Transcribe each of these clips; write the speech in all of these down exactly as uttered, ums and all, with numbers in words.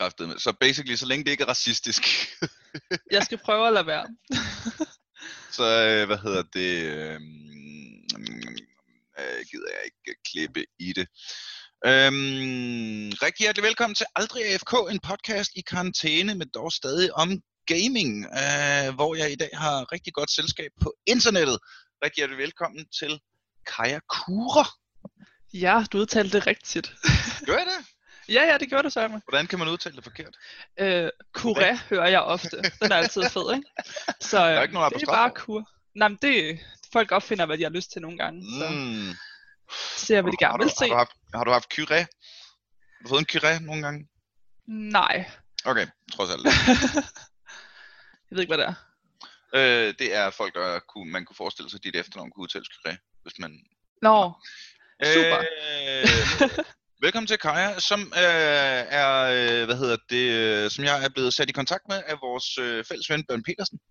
kraftedeme. Så basically, så længe det ikke er racistisk. Jeg skal prøve at lade være. Så, øh, hvad hedder det? Øh, øh, gider jeg ikke klippe i det. Øhm, rigtig hjertelig velkommen til Aldrig A F K, en podcast i karantæne, men dog stadig om gaming, øh, hvor jeg i dag har rigtig godt selskab på internettet. Rigtig hjertelig velkommen til Kaja Kura. Ja, du udtalte det rigtigt. Gør jeg det? Ja, ja, det gjorde du, Søren. Hvordan kan man udtale det forkert? Øh, Kura hører jeg ofte. Den er altid fed, ikke? Så der er ikke nogen det er bare kur. Nej, men det folk opfinder, hvad de har lyst til nogle gange. Så mm. ser vi det gerne vil se. Har du haft, har du haft curé? Har du fået en curé nogle gange? Nej. Okay, trods alt. Jeg ved ikke, hvad det er. Øh, det er folk, der kunne, man kunne forestille sig, at dit efternavn kunne udtales curé, hvis man... Nå, super. Øh, velkommen til Kaja, som øh, er, øh, hvad hedder det, øh, som jeg er blevet sat i kontakt med af vores øh, fælles ven, Bjørn Petersen.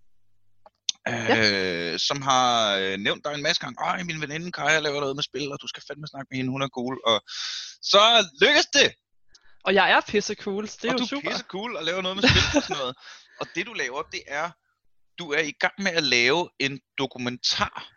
Ja. Øh, som har øh, nævnt dig en masse gange, åh, min veninde Kaja laver noget med spil, og du skal fandme snakke med hende, hun er cool, og så lykkes det! Og jeg er pisse cool, så det er og jo super. Og du er pisse cool og laver noget med spil og sådan noget. Og det du laver, det er, du er i gang med at lave en dokumentar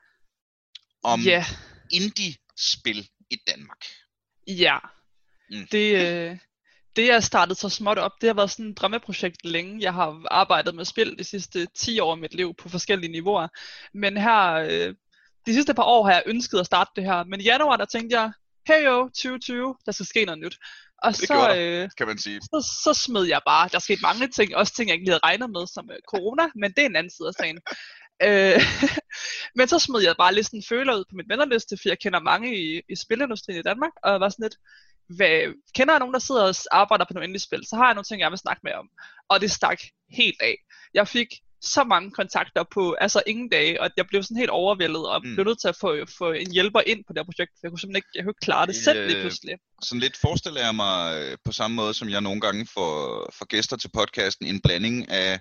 om yeah. indie-spil i Danmark. Ja, mm. det, øh, det er startet så småt op. Det har været sådan et drømmeprojekt længe. Jeg har arbejdet med spil de sidste ti år af mit liv på forskellige niveauer. Men her, øh, de sidste par år har jeg ønsket at starte det her. Men i januar, der tænkte jeg, hey jo, tyve tyve, der skal ske noget nyt. Og det så, øh, kan man sige. Så, så smed jeg bare, der skete mange ting, også ting jeg ikke lige havde regnet med, som øh, corona, men det er en anden side af sagen. øh, men så smed jeg bare listen føler ud på min vennerliste, for jeg kender mange i, i spilindustrien i Danmark, og var sådan lidt, hvad, kender jeg nogen, der sidder og arbejder på nogle indie-spil, så har jeg nogle ting, jeg vil snakke med om. Og det stak helt af. Jeg fik så mange kontakter på altså ingen dage, og jeg blev sådan helt overvældet, og mm. blev nødt til at få, få en hjælper ind på det her projekt, for jeg kunne simpelthen ikke, jeg kunne ikke klare det selv øh, lige pludselig. Sådan lidt forestiller jeg mig på samme måde, som jeg nogle gange får, får gæster til podcasten, en blanding af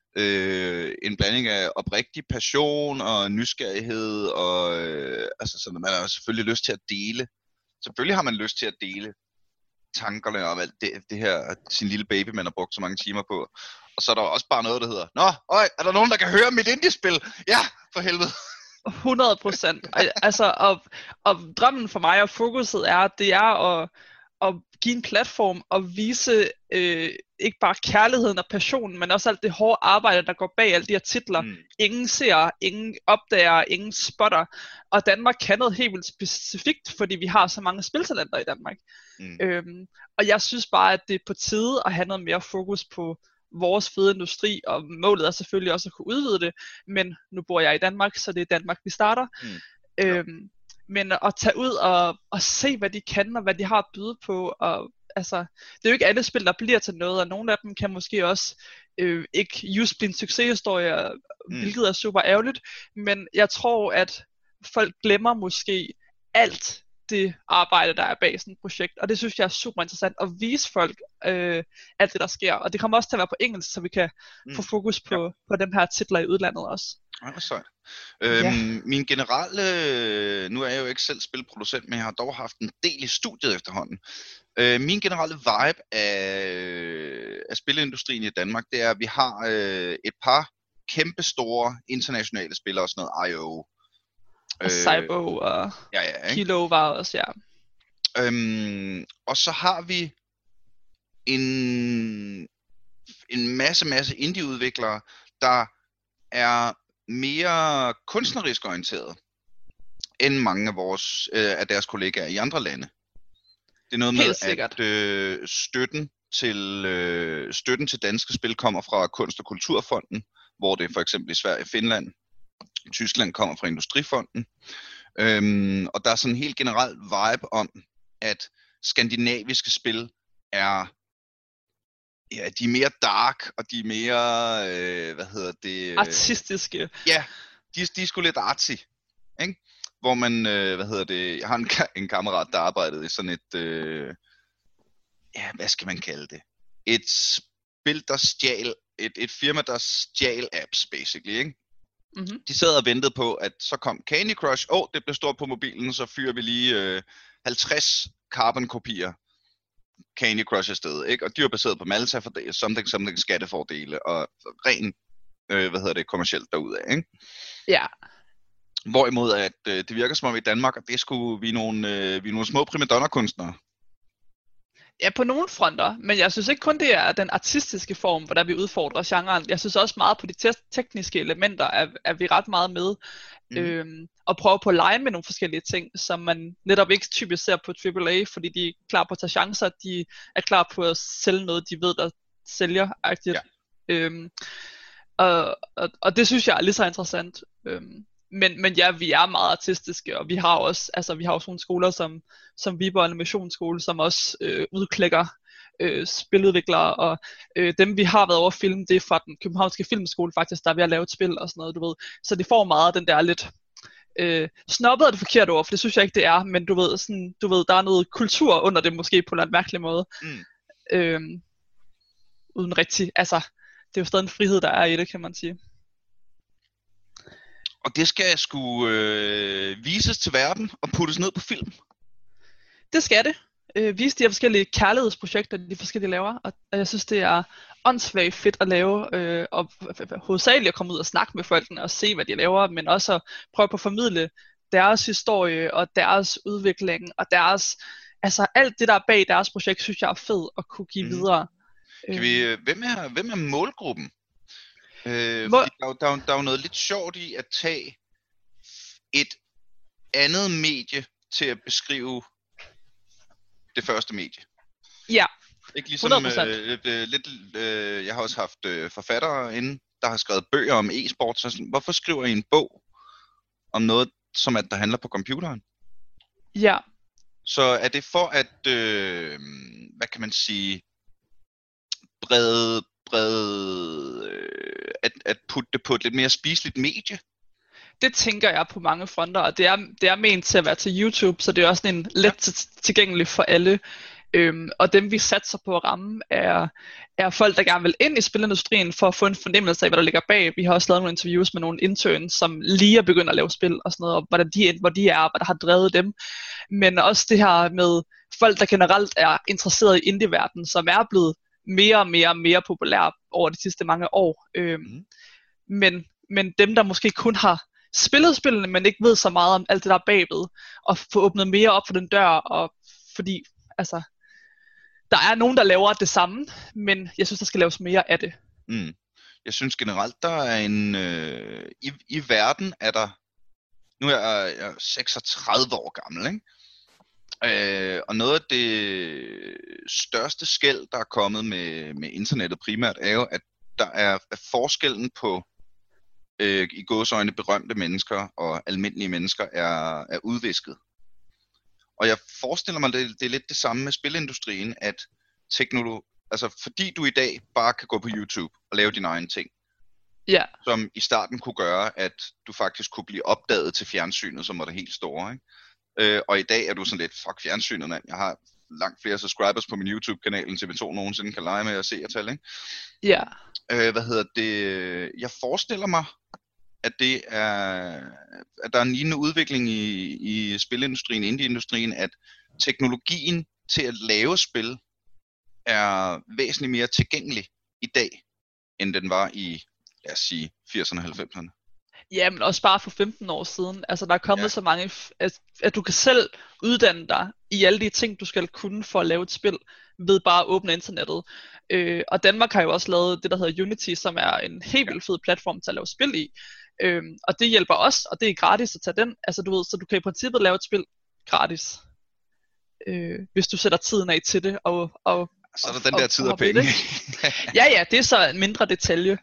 øh, en blanding af oprigtig passion og nysgerrighed, og øh, altså sådan, man har selvfølgelig lyst til at dele. Selvfølgelig har man lyst til at dele tankerne om alt det, det her, sin lille baby, man har brugt så mange timer på. Og så er der også bare noget, der hedder, nå, øj, er der nogen, der kan høre mit indie-spil? Ja, for helvede. hundrede procent. Altså, og, og drømmen for mig og fokuset er, det er at, at give en platform og vise øh, ikke bare kærligheden og passionen, men også alt det hårde arbejde, der går bag alle de her titler. Mm. Ingen ser, ingen opdager, ingen spotter. Og Danmark kan noget helt vildt specifikt, fordi vi har så mange spiltalenter i Danmark. Mm. Øhm, og jeg synes bare, at det er på tide at have noget mere fokus på vores fede industri, og målet er selvfølgelig også at kunne udvide det, men nu bor jeg i Danmark, så det er Danmark, vi starter. Mm. Øhm, men at tage ud og, og se, hvad de kan, og hvad de har at byde på, og altså, det er jo ikke alle spil, der bliver til noget, og nogle af dem kan måske også øh, ikke just blive en succeshistorie, mm. hvilket er super ærgerligt, men jeg tror, at folk glemmer måske alt det arbejde, der er bag sådan et projekt, og det synes jeg er super interessant at vise folk øh, alt det, der sker, og det kommer også til at være på engelsk, så vi kan mm. få fokus på, ja. på dem her titler i udlandet også. Ja, det er sejt. Øhm, ja. Min generelle, nu er jeg jo ikke selv spilproducent, men jeg har dog haft en del i studiet efterhånden. Øh, min generelle vibe af, af spilindustrien i Danmark, det er, at vi har øh, et par kæmpestore internationale spillere, sådan noget I O. Og Cybo og ja, ja, Kilo var også, ja. Øhm, og så har vi en, en masse, masse indie-udviklere, der er mere kunstnerisk orienteret end mange af, vores, øh, af deres kollegaer i andre lande. Det er noget med, at øh, støtten, til, øh, støtten til danske spil kommer fra Kunst- og Kulturfonden, hvor det for eksempel i Sverige og Finland. Tyskland kommer fra Industrifonden. Øhm, og der er sådan en helt generel vibe om, at skandinaviske spil er, ja, de er mere dark, og de er mere, øh, hvad hedder det? Øh, artistiske. Ja, de, de er sgu lidt artsy, ikke? Hvor man, øh, hvad hedder det, jeg har en, en kammerat, der arbejdede i sådan et, øh, ja, hvad skal man kalde det? Et spil, der stjal, et, et firma, der stjal apps, basically, ikke? Mm-hmm. De sad og ventede på, at så kom Candy Crush. Åh, oh, det blev stort på mobilen, så fyrer vi lige øh, halvtreds carbon-kopier Candy Crush afsted, ikke? Og de var baseret på Malta for something, something skattefordele, og ren, øh, hvad hedder det, kommercielt derudad, ikke? Ja. Hvorimod at øh, det virker som om i Danmark, at det skulle vi nogle, øh, vi er nogle små primadonna-kunstnere. Ja, på nogle fronter, men jeg synes ikke kun det er den artistiske form, hvor der vi udfordrer genren. Jeg synes også meget på de te- tekniske elementer, er, er vi ret meget med. Mm. Øhm, og prøve på at lege med nogle forskellige ting, som man netop ikke typisk ser på triple A, fordi de er klar på at tage chancer, de er klar på at sælge noget, de ved, der sælger-agtigt. Ja. Øhm, og, og, og det synes jeg er lige så interessant. Øhm, Men, men ja, vi er meget artistiske, og vi har også, altså vi har også nogle skoler som, som Viborg Animationsskole, som også øh, udklækker øh, spiludviklere, og øh, dem vi har været over film, det er fra den københavnske filmskole faktisk, der er ved at lave et spil og sådan noget, du ved. Så det får meget den der lidt, øh, snobbet er det forkerte ord, for det synes jeg ikke det er, men du ved, sådan, du ved, der er noget kultur under det måske på en mærkelig måde. Mm. Øh, uden rigtig, altså, det er jo stadig en frihed, der er i det, kan man sige. Og det skal sgu øh, vises til verden og puttes ned på film. Det skal det. Øh, vise de her forskellige kærlighedsprojekter, de forskellige laver. Og jeg synes, det er åndssvagt fedt at lave. Øh, og hovedsageligt at komme ud og snakke med folkene og se, hvad de laver. Men også at prøve på at formidle deres historie og deres udvikling. Og deres, altså alt det, der er bag deres projekt, synes jeg er fedt at kunne give mm. videre. Kan vi, hvem, er, hvem er målgruppen? Øh, Må... der, der, der er jo noget lidt sjovt i at tage et andet medie til at beskrive det første medie. Ja, ikke ligesom øh, øh, lidt, øh, jeg har også haft øh, forfattere inde, der har skrevet bøger om e-sport, så sådan, hvorfor skriver I en bog om noget, som at der handler på computeren? Ja. Så er det for at, øh, hvad kan man sige, brede brede, øh, at, at putte det på et lidt mere spiseligt medie? Det tænker jeg på mange fronter, og det er, det er ment til at være til YouTube, så det er også sådan en let ja. tilgængelig for alle. Øhm, og dem vi satser på at ramme er, er folk, der gerne vil ind i spilindustrien for at få en fornemmelse af, hvad der ligger bag. Vi har også lavet nogle interviews med nogle interns, som lige er begyndt at lave spil og sådan noget, og hvordan de, hvor de er, og hvad der har drevet dem. Men også det her med folk, der generelt er interesseret i indie-verdenen, som er blevet mere og mere og mere populær over de sidste mange år. Øhm, mm. men, men dem, der måske kun har spillet spillene, men ikke ved så meget om alt det der bagved, og få åbnet mere op for den dør, og fordi, altså, der er nogen, der laver det samme, men jeg synes, der skal laves mere af det. Mm. Jeg synes generelt, der er en, øh, i, i verden er der, nu er jeg, jeg er seksogtredive år gammel, ikke? Øh, og noget af det største skel, der er kommet med, med internettet primært, er jo, at der er, er forskellen på øh, i gåseøjne berømte mennesker og almindelige mennesker er, er udvisket. Og jeg forestiller mig, det, det er lidt det samme med spilindustrien, at teknologi, altså fordi du i dag bare kan gå på YouTube og lave dine egne ting, yeah. som i starten kunne gøre, at du faktisk kunne blive opdaget til fjernsynet, som var det helt store, ikke? Øh, og i dag er du sådan lidt, fuck fjernsynet, mand. Jeg har langt flere subscribers på min YouTube-kanal, end T V to nogensinde kan lege med at se og tale, ikke? Ja. Øh, hvad hedder det? Jeg forestiller mig, at det er, at der er en lignende udvikling i, i spilindustrien, indieindustrien, at teknologien til at lave spil er væsentligt mere tilgængelig i dag, end den var i, lad os sige, firserne og halvfemserne. Ja, men også bare for femten år siden. Altså, der er kommet ja. så mange, at, at du kan selv uddanne dig i alle de ting, du skal kunne for at lave et spil, ved bare at åbne internettet. Øh, og Danmark har jo også lavet det, der hedder Unity, som er en helt vildt fed platform til at lave spil i. Øh, og det hjælper os, og det er gratis at tage den. Altså, du ved, så du kan i princippet lave et spil gratis. Øh, hvis du sætter tiden af til det, og... og så er der og, den der tid og penge. ja, ja, det er så en mindre detalje.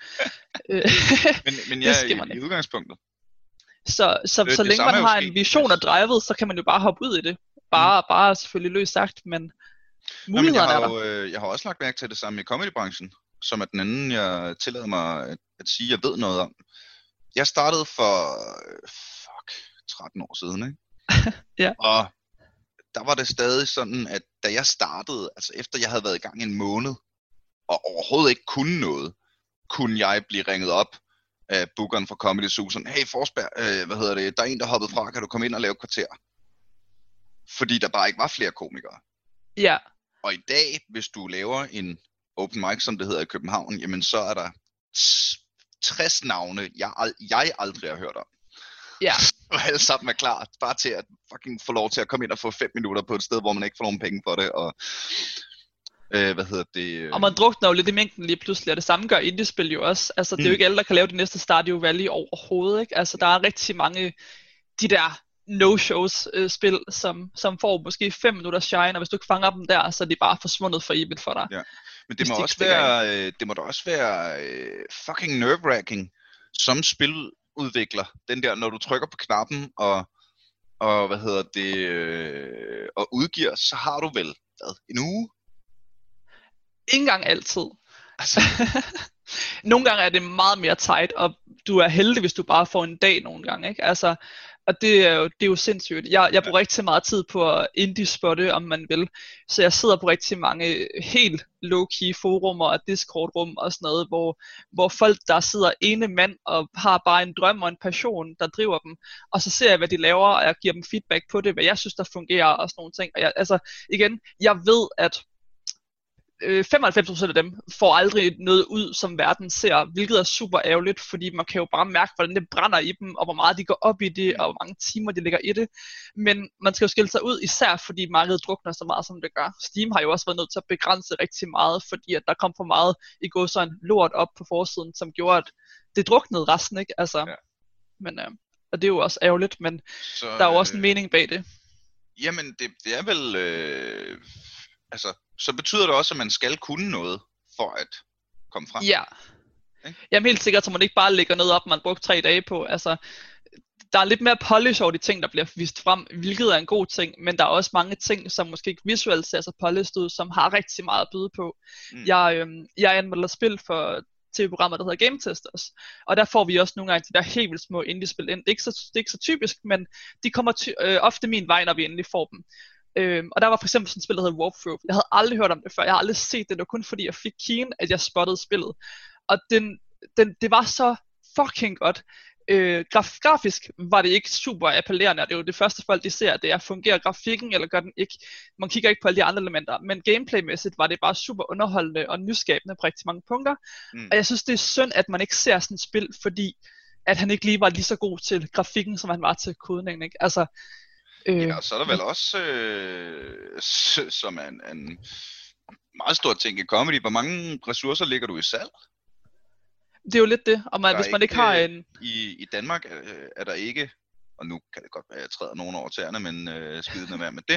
men men ja, i, i udgangspunktet. Så, så, det, så det længe man har en vision og drivet, så kan man jo bare hoppe ud i det. Bare, mm. bare selvfølgelig løst sagt, men mulighederne er der. Jo, øh, jeg har også lagt mærke til det samme i comedybranchen, som er den anden, jeg tillader mig at, at sige, jeg ved noget om. Jeg startede for fuck, tretten år siden, ikke? ja. Og der var det stadig sådan, at da jeg startede, altså efter jeg havde været i gang en måned, og overhovedet ikke kunne noget, kunne jeg blive ringet op af bookeren fra Comedy Zoo, sådan, hey Forsberg, øh, hvad hedder det, der er en, der hoppede fra, kan du komme ind og lave et kvarter? Fordi der bare ikke var flere komikere. Ja. Og i dag, hvis du laver en open mic, som det hedder i København, jamen så er der tres navne, jeg, ald- jeg aldrig har hørt om. Ja. Og alle sammen er klar, bare til at fucking få lov til at komme ind og få fem minutter på et sted, hvor man ikke får nogen penge for det, og øh, hvad hedder det? Øh... Og man drukner jo lidt i mængden lige pludselig, og det samme gør indiespil jo også. Altså, det er jo ikke alle, der kan lave det næste Stardew Valley overhovedet, ikke? Altså, der er rigtig mange de der no-shows øh, spil, som, som får måske fem minutter shine, og hvis du ikke fanger dem der, så er de bare forsvundet for evigt for dig. Ja. Men det må, de også være, øh, det må da også være øh, fucking nerve-wracking som spiludvikler, den der, når du trykker på knappen og, og hvad hedder det, øh, og udgiver, så har du vel, hvad, en uge? Ikke engang altid. Altså. Nogle gange er det meget mere tight, og du er heldig, hvis du bare får en dag nogle gange, ikke? Altså, og det er jo, det er jo sindssygt. Jeg, jeg bruger ja. rigtig meget tid på at indie-spotte, om man vil. Så jeg sidder på rigtig mange helt low-key forumer og Discord-rum og sådan noget, hvor, hvor folk, der sidder ene mand og har bare en drøm og en passion, der driver dem. Og så ser jeg, hvad de laver, og jeg giver dem feedback på det, hvad jeg synes, der fungerer og sådan nogle ting. Og jeg, altså, igen, jeg ved, at femoghalvfems procent af dem får aldrig noget ud, som verden ser, hvilket er super ærgerligt, fordi man kan jo bare mærke, hvordan det brænder i dem, og hvor meget de går op i det, og hvor mange timer de lægger i det. Men man skal jo skille sig ud, især fordi markedet drukner så meget, som det gør. Steam har jo også været nødt til at begrænse rigtig meget, fordi at der kom for meget i går så en lort op på forsiden, som gjorde, at det druknede resten, ikke? Altså, ja. Men, øh, og det er jo også ærgerligt, men så, der er jo også en mening bag det. Jamen, det, det er vel... Øh... Altså, så betyder det også, at man skal kunne noget for at komme frem. Ja. Okay? Jamen helt sikkert, så man ikke bare lægger noget op, man brugt tre dage på. Altså, der er lidt mere polish over de ting, der bliver vist frem, hvilket er en god ting, men der er også mange ting, som måske ikke visuelt ser så polished ud, som har rigtig meget at byde på. Mm. Jeg, øh, jeg anmelder spil for tv-programmer, der hedder Game Testers, og der får vi også nogle gange de der helt vildt små indie-spil ind. Det er ikke så, det er ikke så typisk, men de kommer ty- øh, ofte min vej, når vi endelig får dem. Øhm, og der var for eksempel sådan et spil, der hedder Warpthrough. Jeg havde aldrig hørt om det før. Jeg har aldrig set det. Det var kun fordi jeg fik keyen, at jeg spottede spillet. Og den, den, det var så fucking godt. Øh, graf, grafisk var det ikke super appellerende. Det er jo det første folk de ser, det er, fungerer grafikken eller gør den ikke. Man kigger ikke på alle de andre elementer. Men gameplaymæssigt var det bare super underholdende og nyskabende på rigtig mange punkter. Mm. Og jeg synes det er synd, at man ikke ser sådan et spil, fordi at han ikke lige var lige så god til grafikken, som han var til kodningen, ikke? Altså Øh, ja, og så er der vel også, øh, som er en, en meget stor ting i comedy, hvor mange ressourcer ligger du i salg? Det er jo lidt det, og man, hvis man ikke, ikke har en... I, I Danmark er, er der ikke, og nu kan det godt være, at jeg træder nogen over tæerne, men øh, skidende være med det.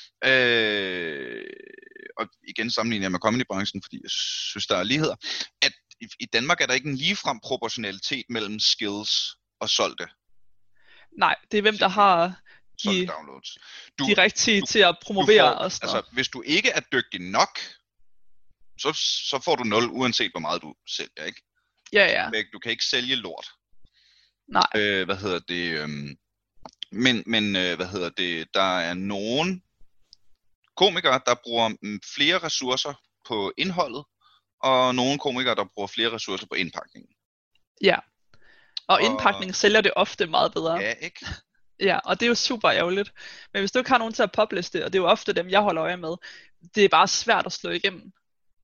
Øh, og igen sammenligner jeg med comedybranchen, fordi jeg synes, der er ligheder. At i, i Danmark er der ikke en ligefrem proportionalitet mellem skills og solgte. Nej, det er hvem, der har... De, downloads. Du, de rigtige du, til at promovere os. Altså, hvis du ikke er dygtig nok, så, så får du nul, uanset hvor meget du sælger, ikke? Ja, ja. Du kan ikke sælge lort. Nej. Øh, hvad hedder det? Øhm, men, men øh, hvad hedder det? Der er nogen komikere, der bruger flere ressourcer på indholdet, og nogle komikere, der bruger flere ressourcer på indpakningen. Ja. Og, og indpakningen sælger det ofte meget bedre. Ja, ikke? Ja, og det er jo super ærgerligt. Men hvis du ikke har nogen til at publiste, og det er jo ofte dem, jeg holder øje med, det er bare svært at slå igennem.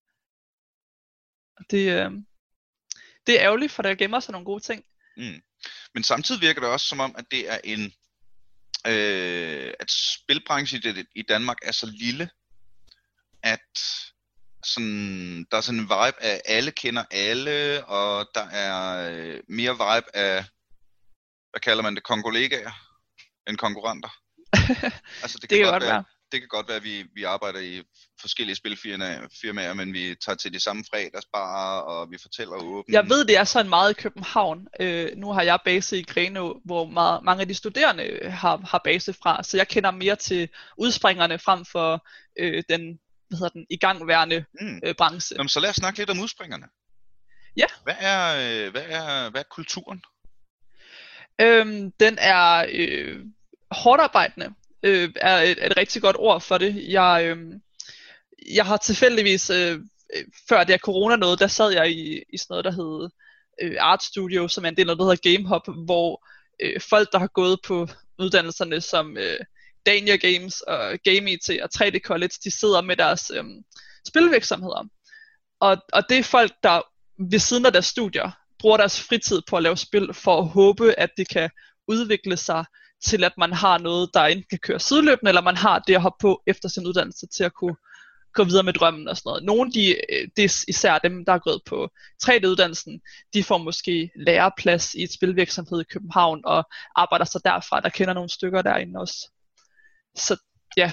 Det, øh, det er ærgerligt, for der gemmer sig nogle gode ting. Mm. Men samtidig virker det også som om, at det er en, øh, at spilbranchen i Danmark er så lille, at sådan, der er sådan en vibe af, alle kender alle, og der er øh, mere vibe af, hvad kalder man det, kongolegaer end konkurrenter. Altså, det, kan det, kan godt være, være. det kan godt være, at vi, vi arbejder i forskellige spilfirmaer, men vi tager til de samme fredagsbarer, og vi fortæller åbent. Jeg ved, det er sådan meget i København. Øh, nu har jeg base i Grenaa, hvor meget, mange af de studerende har, har base fra, så jeg kender mere til udspringerne frem for øh, den, hvad hedder den igangværende mm. øh, branche. Jamen, så lad os snakke lidt om udspringerne. Ja. Hvad er, øh, hvad er, hvad er kulturen? Øhm, den er øh, hårdt arbejdende, øh, er et, et rigtig godt ord for det. Jeg, øh, jeg har tilfældigvis, øh, før det er corona noget, der sad jeg i, i sådan noget, der hed øh, Art Studio, som er en del af noget, der hedder GameHop, hvor øh, folk, der har gået på uddannelserne som øh, Dania Games og Game I T og tre D College, de sidder med deres øhm, spilvirksomheder. Og, og det er folk, der ved siden af deres studier bruger deres fritid på at lave spil, for at håbe, at det kan udvikle sig til, at man har noget, der enten kan køre sideløbende, eller man har det at hoppe på efter sin uddannelse til at kunne gå videre med drømmen og sådan noget. Nogle, de, det er især dem, der er gået på tre D-uddannelsen, de får måske læreplads i et spilvirksomhed i København, og arbejder så derfra, der kender nogle stykker derinde også. Så ja.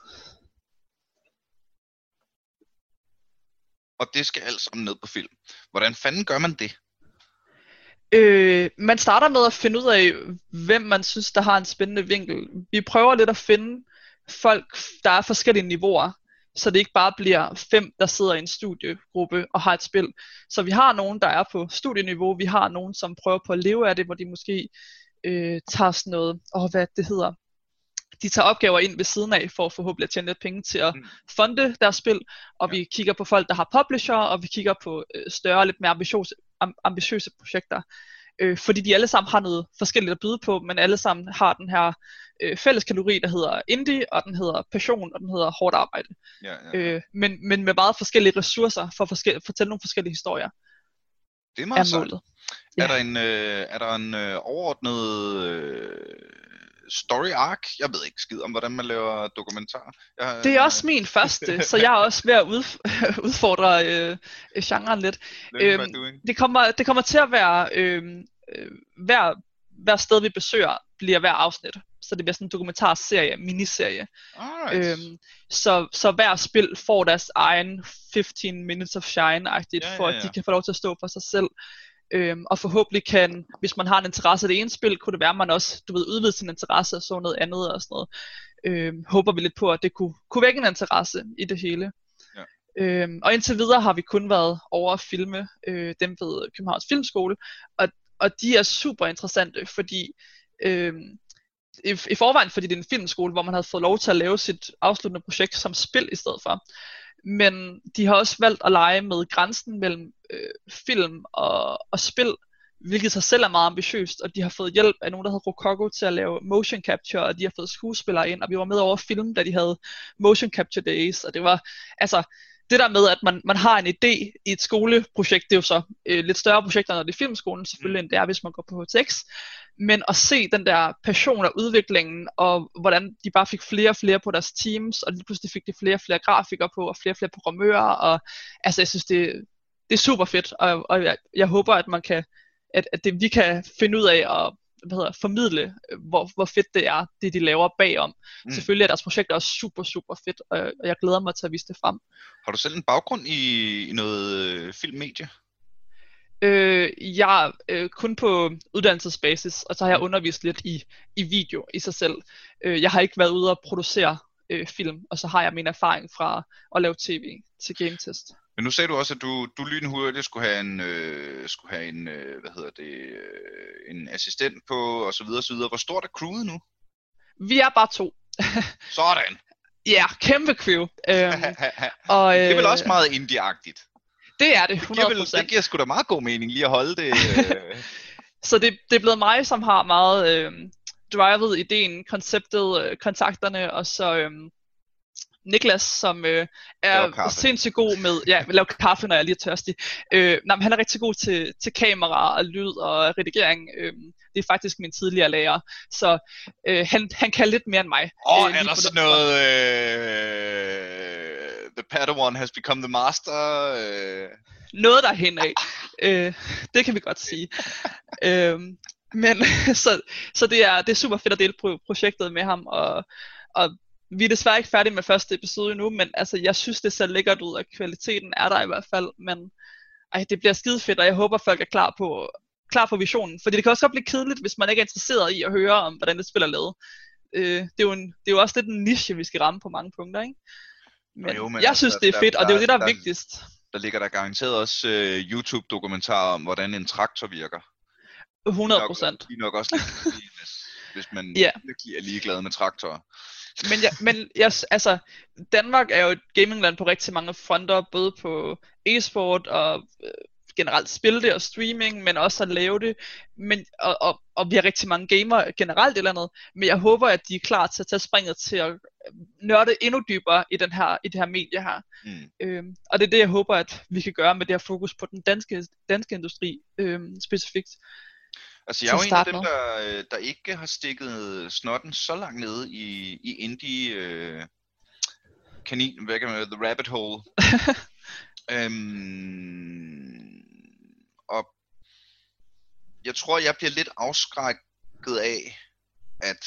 Og det skal alt sammen ned på film. Hvordan fanden gør man det? Øh, man starter med at finde ud af, hvem man synes, der har en spændende vinkel. Vi prøver lidt at finde folk, der er forskellige niveauer, så det ikke bare bliver fem, der sidder i en studiegruppe og har et spil. Så vi har nogen, der er på studieniveau, vi har nogen, som prøver på at leve af det, hvor de måske øh, tager sådan noget, åh, hvad det hedder, de tager opgaver ind ved siden af, for forhåbentlig at tjene lidt penge til at funde deres spil, og vi kigger på folk, der har publisher, og vi kigger på øh, større, lidt mere ambitiøse, ambitiøse projekter, øh, fordi de alle sammen har noget forskelligt at byde på, men alle sammen har den her øh, fælles kategori, der hedder indie, og den hedder passion, og den hedder hårdt arbejde, ja, ja. Øh, men, men med meget forskellige ressourcer, for at forskel- fortælle nogle forskellige historier. Det er meget er målet. Ja. Er der en, øh, er der en øh, overordnet øh, story arc? Jeg ved ikke skid om, hvordan man laver dokumentar. Jeg, det er også min første, så jeg er også ved at udf- udfordre øh, genren lidt. Øhm, det, kommer, det kommer til at være, øh, øh, hver, hver sted vi besøger, bliver hver afsnit. Så det bliver sådan en dokumentarserie, miniserie. Øhm, så, så hver spil får deres egen femten minutes of shine-agtigt, ja, for at ja, ja. de kan få lov til at stå for sig selv. Øhm, og forhåbentlig kan, hvis man har en interesse i det ene spil, kunne det være, at man også, du ved, udvide sin interesse og så noget andet og sådan noget. Øhm, håber vi lidt på, at det kunne, kunne vække en interesse i det hele. Ja. Øhm, og indtil videre har vi kun været over at filme øh, dem ved Københavns Filmskole, og, og de er super interessante, fordi øh, i, i forvejen, fordi det er en filmskole, hvor man havde fået lov til at lave sit afsluttende projekt som spil i stedet for. Men de har også valgt at lege med grænsen mellem øh, film og, og spil, hvilket sig selv er meget ambitiøst, og de har fået hjælp af nogen, der hedder Rococo til at lave motion capture, og de har fået skuespillere ind, og vi var med over film, da de havde motion capture days, og det var, altså, det der med, at man, man har en idé i et skoleprojekt, det er jo så øh, lidt større projekter, når det er filmskolen, selvfølgelig, end det er, hvis man går på H T X, men at se den der passion og udviklingen, og hvordan de bare fik flere og flere på deres teams, og lige pludselig fik de flere og flere grafikere på, og flere og flere programmører, og altså, jeg synes, det, det er super fedt, og, og jeg, jeg håber, at man kan, at, at det, vi kan finde ud af at hvad hedder, formidle, hvor, hvor fedt det er, det de laver bagom. Mm. Selvfølgelig er deres projekt også super, super fedt, og jeg glæder mig til at vise det frem. Har du selv en baggrund i, i noget filmmedie? Øh, jeg er øh, kun på uddannelsesbasis, og så har jeg undervist lidt i, i video i sig selv. Øh, jeg har ikke været ude og producere øh, film, og så har jeg min erfaring fra at lave tv til Game Test. Men nu sagde du også, at du, du lynhurtigt skulle have en, øh, skulle have en, øh, hvad hedder det, øh, en assistent på, og så videre, og så videre. Hvor stort er crewet nu? Vi er bare to. Sådan! Ja, yeah, kæmpe crew. Øhm, og, øh, det er vel også meget indie-agtigt? Det er det, hundrede procent. Det giver, vel, det giver sgu da meget god mening lige at holde det. Øh. Så det, det er blevet mig, som har meget øh, drivet ideen, konceptet, øh, kontakterne, og så øh, Niklas, som øh, er sindssygt god med, ja, lave kaffe, når jeg er lige tørstig. Øh, nej, men han er rigtig god til, til kamera og lyd og redigering. Øh, det er faktisk min tidligere lærer, så øh, han, han kan lidt mere end mig. Åh, øh, er der sådan noget... Øh... The Padawan has become the master. Øh. Noget derhen af. øh, det kan vi godt sige. øh, men så, så det er det er super fedt at dele på projektet med ham, og, og vi er desværre ikke færdige med første episode endnu, men altså jeg synes det ser lækkert ud, og kvaliteten er der i hvert fald, men ej, det bliver skide fedt, og jeg håber folk er klar på klar på visionen, fordi det kan også godt blive kedeligt, hvis man ikke er interesseret i at høre om hvordan det spiller lavet. øh, det, er jo en, det er jo også lidt en niche vi skal ramme på mange punkter, ikke? Men, jo, men jeg altså, synes det er fedt, der, og det er jo det der er der, vigtigst. Der ligger der garanteret også uh, YouTube-dokumentarer om hvordan en traktor virker. hundrede procent. De er nok også lidt lige, hvis, hvis man ja. virkelig er ligeglad med traktorer. Men, ja, men yes, altså, Danmark er jo et gamingland på rigtig mange fronter, både på e-sport og øh, generelt spille det og streaming, men også at lave det. Men, og, og og vi har rigtig mange gamere generelt eller andet, men jeg håber, at de er klar til at tage springet til at nørde endnu dybere i, den her, i det her medie her. Mm. Øhm, og det er det, jeg håber, at vi kan gøre med det her fokus på den danske, danske industri øhm, specifikt. Altså jeg er jo en af dem, der, der ikke har stikket snotten så langt nede i, i indie øh, kanin, hvad kan man, the rabbit hole. øhm, og jeg tror, jeg bliver lidt afskrækket af, at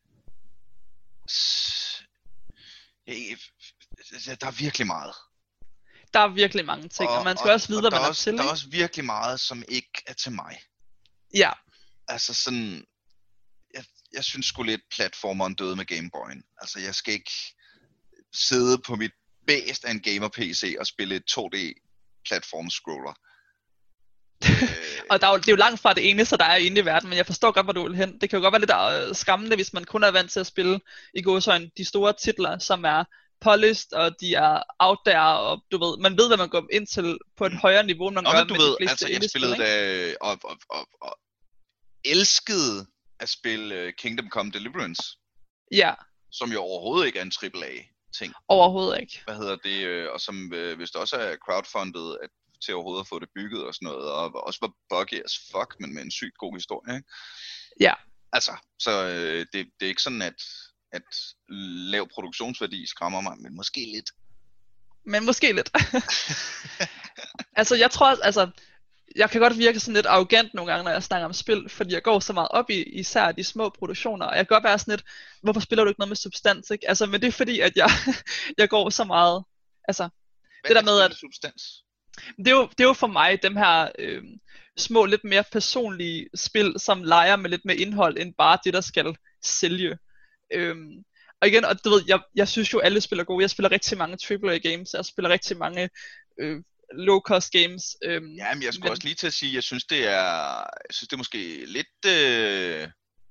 ja, der er virkelig meget. Der er virkelig mange ting, og, og man skal og, også vide, hvad man er også, til. Der er også virkelig meget, som ikke er til mig. Ja. Altså sådan, jeg, jeg synes sgu lidt platformeren døde med Gameboyen. Altså jeg skal ikke sidde på mit bæst af en gamer-P C og spille et to D platform-scroller. Og der er jo, det er jo langt fra det eneste, der er inde i verden, men jeg forstår godt, hvor du vil hen. Det kan jo godt være lidt uh, skræmmende, hvis man kun er vant til at spille i gåseøjne de store titler, som er polished, og de er out there, og du ved, man ved, hvad man går ind til på et mm. højere niveau, end man Nå, gør du med ved, de fleste altså, jeg spillede da, og, og, og, og elskede at spille uh, Kingdom Come Deliverance. Ja. Som jo overhovedet ikke er en triple A ting. Overhovedet ikke. Hvad hedder det, øh, og som øh, hvis det også er crowdfundet, at til overhovedet at få det bygget og sådan noget, og også var buggy as fuck, men med en sygt god historie, ikke? Ja. Altså, så øh, det, det er ikke sådan, at, at lav produktionsværdi skræmmer mig, men måske lidt. Men måske lidt. Altså, jeg tror, altså, jeg kan godt virke sådan lidt arrogant nogle gange, når jeg snakker om spil, fordi jeg går så meget op i især de små produktioner, og jeg kan godt være sådan lidt, hvorfor spiller du ikke noget med substans, ikke? Altså, men det er fordi, at jeg, jeg går så meget, altså, hvad det der med, at substans? Det er, jo, det er jo for mig dem her øh, små, lidt mere personlige spil, som leger med lidt mere indhold, end bare det, der skal sælge. Øhm, og igen, og du ved, jeg, jeg synes jo, alle spiller gode. Jeg spiller rigtig mange triple A games, jeg spiller rigtig mange øh, low-cost games. Øhm, ja, men jeg skulle men... også lige til at sige, jeg synes, det er, jeg synes, det er måske lidt, øh...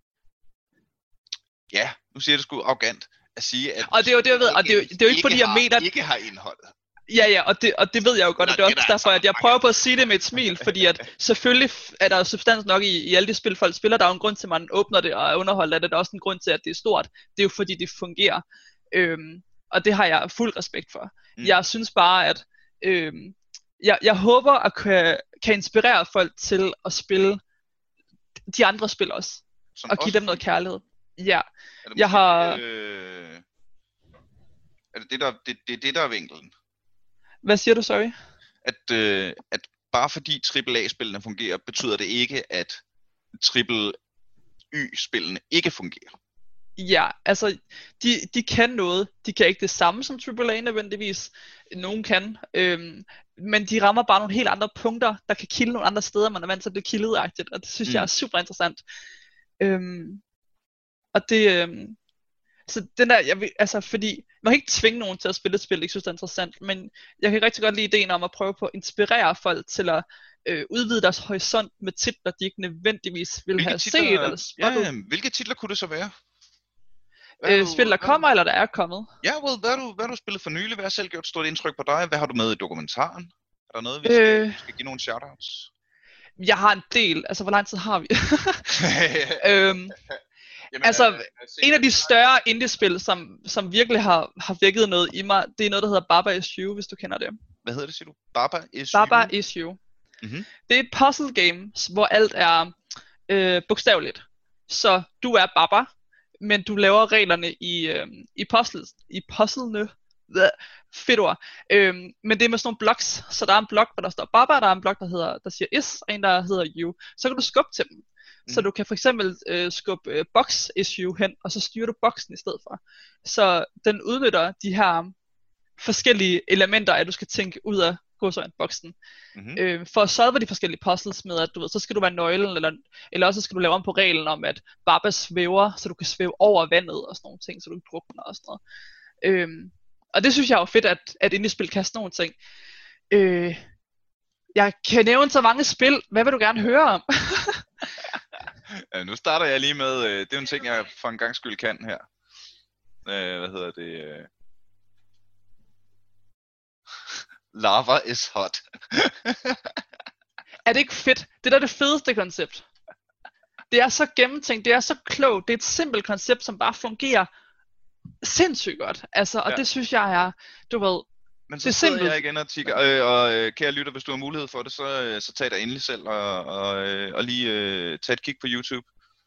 ja, nu siger jeg det sgu arrogant, at sige, at og det er jo det, jeg ved, og det er jo, det er jo ikke, fordi jeg mener, at ikke har indhold. Ja, ja, og det, og det ved jeg jo godt, og det er også derfor, at jeg prøver på at sige det med et smil, fordi at selvfølgelig er der substans nok i, i alle de spil, folk spiller. Der er jo en grund til, at man åbner det og er underholdt af det. Der er også en grund til, at det er stort. Det er jo fordi, det fungerer. Øhm, og det har jeg fuld respekt for. Mm. Jeg synes bare, at øhm, jeg, jeg håber at kan, kan inspirere folk til at spille de andre spil også. Som og give også dem noget kærlighed. Ja, jeg har... Øh... Er det det, der, det, det, det, der er vinklen? Hvad siger du, sorry? At, øh, at bare fordi triple A-spillene fungerer, betyder det ikke, at triple Y-spillene ikke fungerer. Ja, altså, de, de kan noget. De kan ikke det samme som triple A nødvendigvis. Nogen kan. Øhm, men de rammer bare nogle helt andre punkter, der kan kilde nogle andre steder, man er vant til at blive kildet-agtigt. Og det synes mm. jeg er super interessant. Øhm, og det... Øhm, Så den der, jeg vil, altså fordi, man kan ikke tvinge nogen til at spille et spil, jeg synes det er interessant, men jeg kan rigtig godt lide ideen om at prøve på at inspirere folk til at øh, udvide deres horisont med titler, de ikke nødvendigvis ville have titler, set eller spottet. Ja, hvilke titler kunne det så være? Øh, du, spil, der kommer, du, eller der er kommet? Ja, well, hvad har du, hvad har du spillet for nylig? Hvad har selv gjort stort indtryk på dig? Hvad har du med i dokumentaren? Er der noget, vi skal, øh, skal give nogle shoutouts? Jeg har en del, altså hvor lang tid har vi? øhm, Jamen, altså, øh, en af de større indie-spil, som, som virkelig har, har vækket noget i mig, det er noget, der hedder Baba Is You, hvis du kender det. Hvad hedder det, siger du? Baba Is Baba You? Is You. Mm-hmm. Det er et puzzle game, hvor alt er øh, bogstaveligt. Så du er Baba, men du laver reglerne i, øh, i, puzzles, i puzzlene. Fedt ord. Øhm, men det er med sådan nogle blocks, så der er en blok, hvor der står Baba, der er en blok, der, hedder, der siger Is, og en, der hedder You. Så kan du skubbe til dem. Mm. Så du kan for eksempel øh, skubbe øh, box issue hen, og så styrer du boksen i stedet for. Så den udnytter de her forskellige elementer, at du skal tænke ud af gåsøjne-boksen. Mm-hmm. Øh, for at solve de forskellige puzzles med, at du ved, så skal du være nøglen, eller, eller også skal du lave om på reglen om, at Baba svæver, så du kan svæve over vandet og sådan nogle ting, så du ikke drukner og sådan noget. Øh, og det synes jeg er jo fedt, at, at indie-spil kan sådan nogle ting. Øh, jeg kan nævne så mange spil. Hvad vil du gerne høre om? Ja, nu starter jeg lige med, øh, det er jo en ting, jeg for en gang skyld kan her. Øh, hvad hedder det? Øh... Lava is hot. Er det ikke fedt? Det der er det fedeste koncept. det er så gennemtænkt, det er så klogt, det er et simpelt koncept, som bare fungerer sindssygt godt. Altså, og Ja. det synes jeg er, du ved, Men så det er sidder simpelt. jeg igen og tigger, øh, og øh, kære lytter, hvis du har mulighed for det, så, øh, så tag dig endelig selv og, og, øh, og lige øh, tag et kig på YouTube.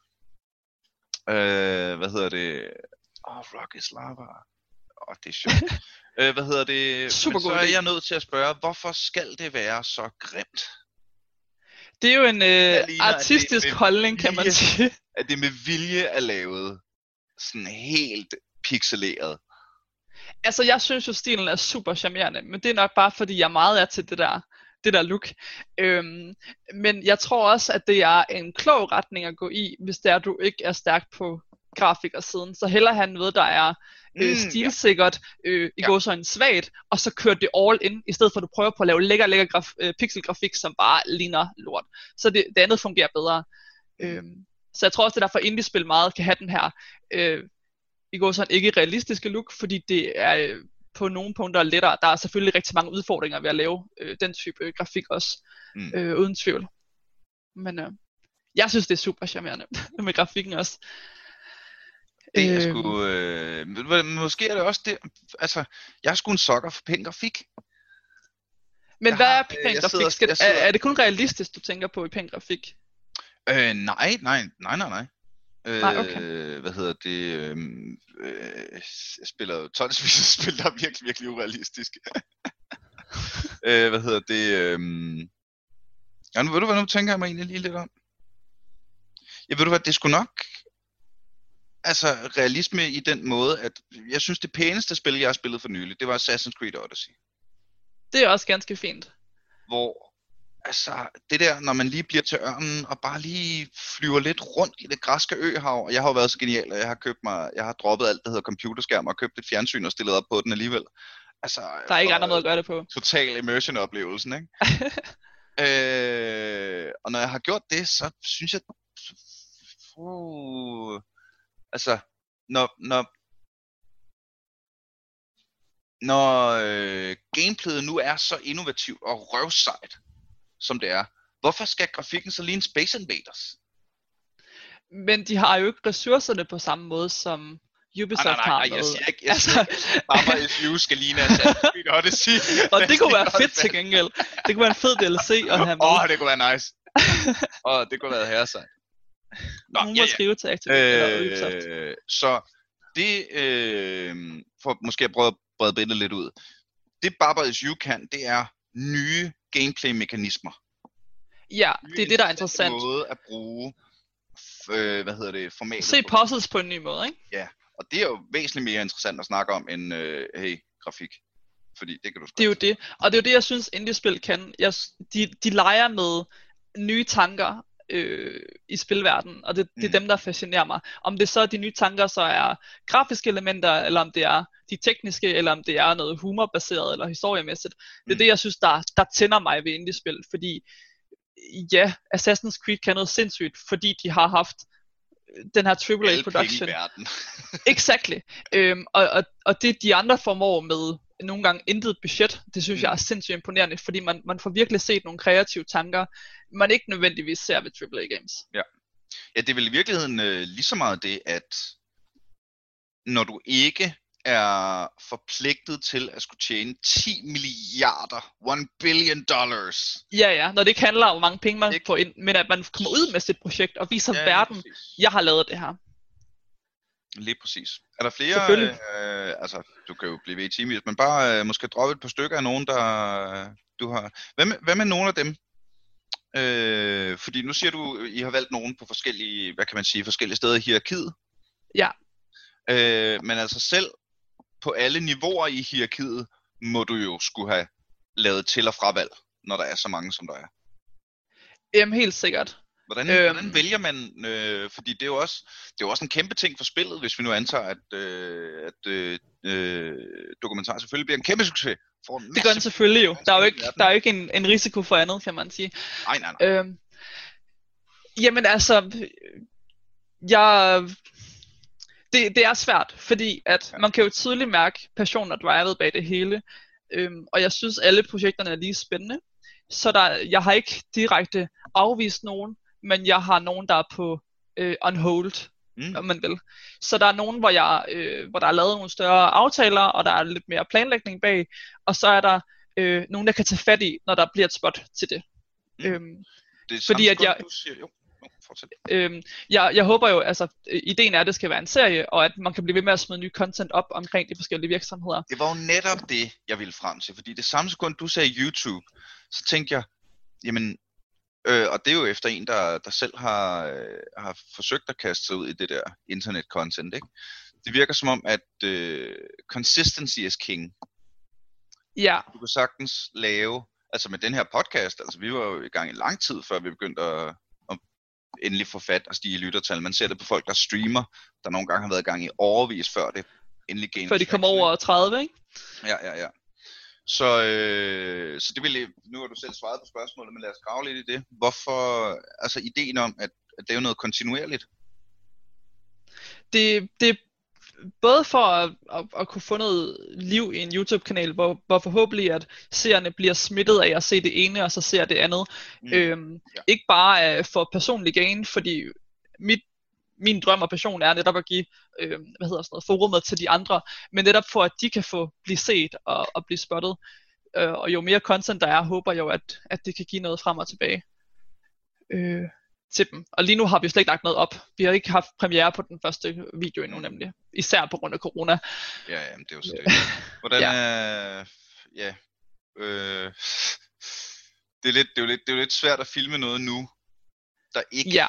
Øh, hvad hedder det? Åh, oh, Rock is Lava. Åh, oh, det er sjovt. øh, hvad hedder det? Super Men så god er idé. jeg nødt til at spørge, hvorfor skal det være så grimt? Det er jo en øh, ligner, at artistisk det er med holdning, kan man vilje. sige. At det med vilje er lavet sådan helt pixeleret. Altså, jeg synes jo, stilen er super charmerende, men det er nok bare, fordi jeg meget er til det der, det der look. Øhm, men jeg tror også, at det er en klog retning at gå i, hvis det er, at du ikke er stærk på grafikersiden. Så hellere have noget, der er øh, Mm, stilsikkert, øh, i Ja. går så en svagt, og så kører det all in, i stedet for at du prøver på at lave lækker, lækker graf, øh, pixelgrafik, som bare ligner lort. Så det, det andet fungerer bedre. Øhm, så jeg tror også, det er derfor indie-spil meget kan have den her øh, i går sådan ikke realistiske look, fordi det er øh, på nogle punkter lettere. Der er selvfølgelig rigtig mange udfordringer ved at lave øh, den type øh, grafik også, Mm. øh, uden tvivl. Men øh, jeg synes, det er super charmerende med grafikken også. Det er Øhm. sgu, øh, ved du hvad, måske er det også det, altså, jeg er sgu en sokker for pæn grafik. Men jeg hvad har- er øh, pæn jeg grafik? sidder- Skal, jeg er, sidder- er det kun realistisk, du tænker på i pæn grafik? Øh, nej, nej, nej, nej, nej. Øh, Nej, okay. Hvad hedder det? Øh, øh, jeg spiller jo tonsvis af spil, der er virkelig, virkelig urealistiske. øh, hvad hedder det? Øh, ja, nu ved du hvad, nu tænker jeg mig egentlig lige lidt om. Ja, ved du hvad, det skulle nok... Altså, realisme i den måde, at jeg synes, det pæneste spil, jeg har spillet for nylig, det var Assassin's Creed Odyssey. Det er også ganske fint. Hvor, altså, det der, når man lige bliver til ørnen, og bare lige flyver lidt rundt i det græske øhav, og jeg har jo været så genial, og jeg har købt mig, jeg har droppet alt, der hedder computerskærm, og købt et fjernsyn og stillet op på den alligevel. Altså, Der er ikke for, andre måde at gøre det på. Total immersion-oplevelsen, ikke? øh, og når jeg har gjort det, så synes jeg, uh, altså, når, når, når øh, gameplayet nu er så innovativt og røvsejt, som det er, hvorfor skal grafikken så ligne Space Invaders? Men de har jo ikke ressourcerne på samme måde, som Ubisoft Nej, nej, har nej, med. jeg siger ikke, jeg siger Altså- ikke, at Baba S U skal ligne Assassin's Creed Odyssey. Og det kunne være Lad os fedt til gengæld. Det kunne være en fed D L C at have med. Åh, oh, det kunne være nice. Åh, oh, det kunne være herresejt. Nå, Nogen ja, må ja. skrive til Activision eller Ubisoft. Øh, så det, øh, for måske at prøve at brede billedet lidt ud. Det Baba S U kan, det er nye gameplay-mekanismer. Ja, det er det, der er interessant. måde at bruge, øh, hvad hedder det, formatet. Se på. puzzles på en ny måde, ikke? Og det er jo væsentligt mere interessant at snakke om, end, øh, hey, grafik. Fordi det kan du sgu Det er jo ikke. det. Og det er jo det, jeg synes, indie-spil kan. Jeg, de, de leger med nye tanker øh, i spilverdenen, og det, det er Mm. dem, der fascinerer mig. Om det så er de nye tanker, så er grafiske elementer, eller om det er de tekniske, eller om det er noget humorbaseret, eller historiemæssigt. Det er Mm. det, jeg synes, der, der tænder mig ved indie-spil, fordi ja, Assassin's Creed kan noget sindssygt, fordi de har haft den her triple A Alle penge production. i verden. Exactly. Øhm, og, og, og det de andre formår med nogle gange intet budget, det synes Mm. jeg er sindssygt imponerende, fordi man, man får virkelig set nogle kreative tanker, man ikke nødvendigvis ser ved triple A games. Ja, det er vel i virkeligheden øh, lige så meget det, at når du ikke er forpligtet til at skulle tjene ti milliarder, one billion dollars. Ja, ja, når det ikke handler om, hvor mange penge man Ikke? får ind, men at man kommer ud med sit projekt og viser Ja, verden, lige præcis. jeg har lavet det her. Lige præcis. Er der flere, Selvfølgelig. øh, altså du kan jo blive ved i timevis, men bare øh, måske droppe et par stykker af nogen, der du har. Hvad med, hvad med nogle af dem? Øh, fordi nu siger du, I har valgt nogen på forskellige, hvad kan man sige, forskellige steder i hierarkiet. Ja. Øh, men altså selv på alle niveauer i hierarkiet, må du jo skulle have lavet til- og fravalg, når der er så mange, som der er. Jamen helt sikkert. Hvordan, Øhm. hvordan vælger man, øh, fordi det er, jo også, det er jo også en kæmpe ting for spillet, hvis vi nu antager, at, øh, at øh, øh, dokumentar selvfølgelig bliver en kæmpe succes. For en Det gør den masse- selvfølgelig jo. Der er jo ikke, verden. der er jo ikke en, en risiko for andet, kan man sige. Nej, nej, nej. Øhm, jamen altså, jeg, det, det er svært, fordi at Ja. man kan jo tydeligt mærke passion og drivet bag det hele, øhm, og jeg synes alle projekterne er lige spændende, så der, jeg har ikke direkte afvist nogen, men jeg har nogen, der er på øh, on hold, Mm. om man vil. Så der er nogen, hvor, jeg, øh, hvor der er lavet nogle større aftaler, og der er lidt mere planlægning bag, og så er der øh, nogen, der kan tage fat i, når der bliver et spot til det. Mm. Øhm, Det er fordi at jeg, du siger, jo. Jo, fortsæt. øhm, jeg, jeg håber jo, altså ideen er, at det skal være en serie, og at man kan blive ved med at smide ny content op omkring de forskellige virksomheder. Det var jo netop det, jeg ville frem til, fordi det samme sekund, du sagde YouTube, så tænkte jeg, jamen, øh, og det er jo efter en, der, der selv har, øh, har forsøgt at kaste sig ud i det der internet-content, ikke? Det virker som om, at øh, consistency is king. Ja. Du kan sagtens lave, altså med den her podcast, altså vi var jo i gang i lang tid, før vi begyndte at, at endelig få fat og stige i lyttertal. Man ser det på folk, der streamer, der nogle gange har været i gang i årevis, før det endelig gainer. Før de kommer over tredive, ikke? Ja, ja, ja. Så, øh, så det vil, nu har du selv svaret på spørgsmålet, men lad os grave lidt i det. Hvorfor, altså ideen om, at, at det er jo noget kontinuerligt? Det, det er både for at, at, at kunne få noget liv i en YouTube-kanal, hvor, hvor forhåbentlig at seerne bliver smittet af at se det ene, og så ser det andet. Mm, øhm, ja. Ikke bare uh, for personlig gain, fordi mit, min drøm og passion er netop at give øh, hvad hedder sådan noget, forumet til de andre, men netop for at de kan få blive set og, og blive spottet. Øh, og jo mere content der er, håber jeg jo, at, at det kan give noget frem og tilbage øh, til dem. Og lige nu har vi slet ikke lagt noget op. Vi har ikke haft premiere på den første video endnu, nemlig. Især på grund af corona. Ja, ja, det er jo så det. Hvordan ja. er... Ja. Øh, det, er lidt, det, er jo lidt, det er jo lidt svært at filme noget nu, der ikke ja.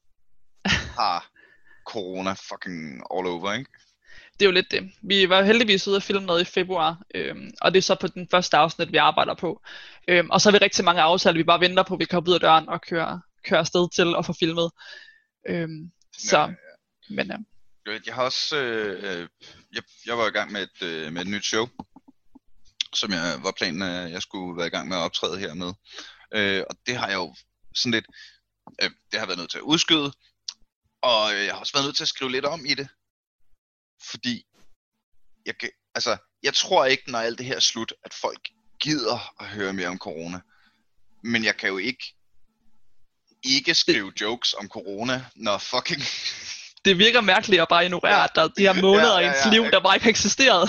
har corona fucking all over, ikke? Det er jo lidt det. Vi var heldigvis ude at filme noget i februar, øhm, og det er så på den første afsnit, vi arbejder på. Øhm, og så har vi rigtig mange aftaler, vi bare venter på, at vi kan komme ud af døren og køre, køre afsted til at få filmet. Øhm, så, ja, ja. Men ja. Jeg har også, øh, jeg, jeg var i gang med et, øh, med et nyt show, som jeg var planen, at jeg skulle være i gang med at optræde her med. Øh, og det har jeg jo sådan lidt, øh, det har været nødt til at udskyde, og jeg har også været nødt til at skrive lidt om i det. Fordi, jeg, kan, altså, jeg tror ikke, når alt det her er slut, at folk gider at høre mere om corona. Men jeg kan jo ikke, ikke skrive jokes om corona, når fucking... Det virker mærkeligt at bare ignorere, ja. At der er de her måneder ja, ja, ja, i ens liv, ja. Der bare ikke har eksisteret.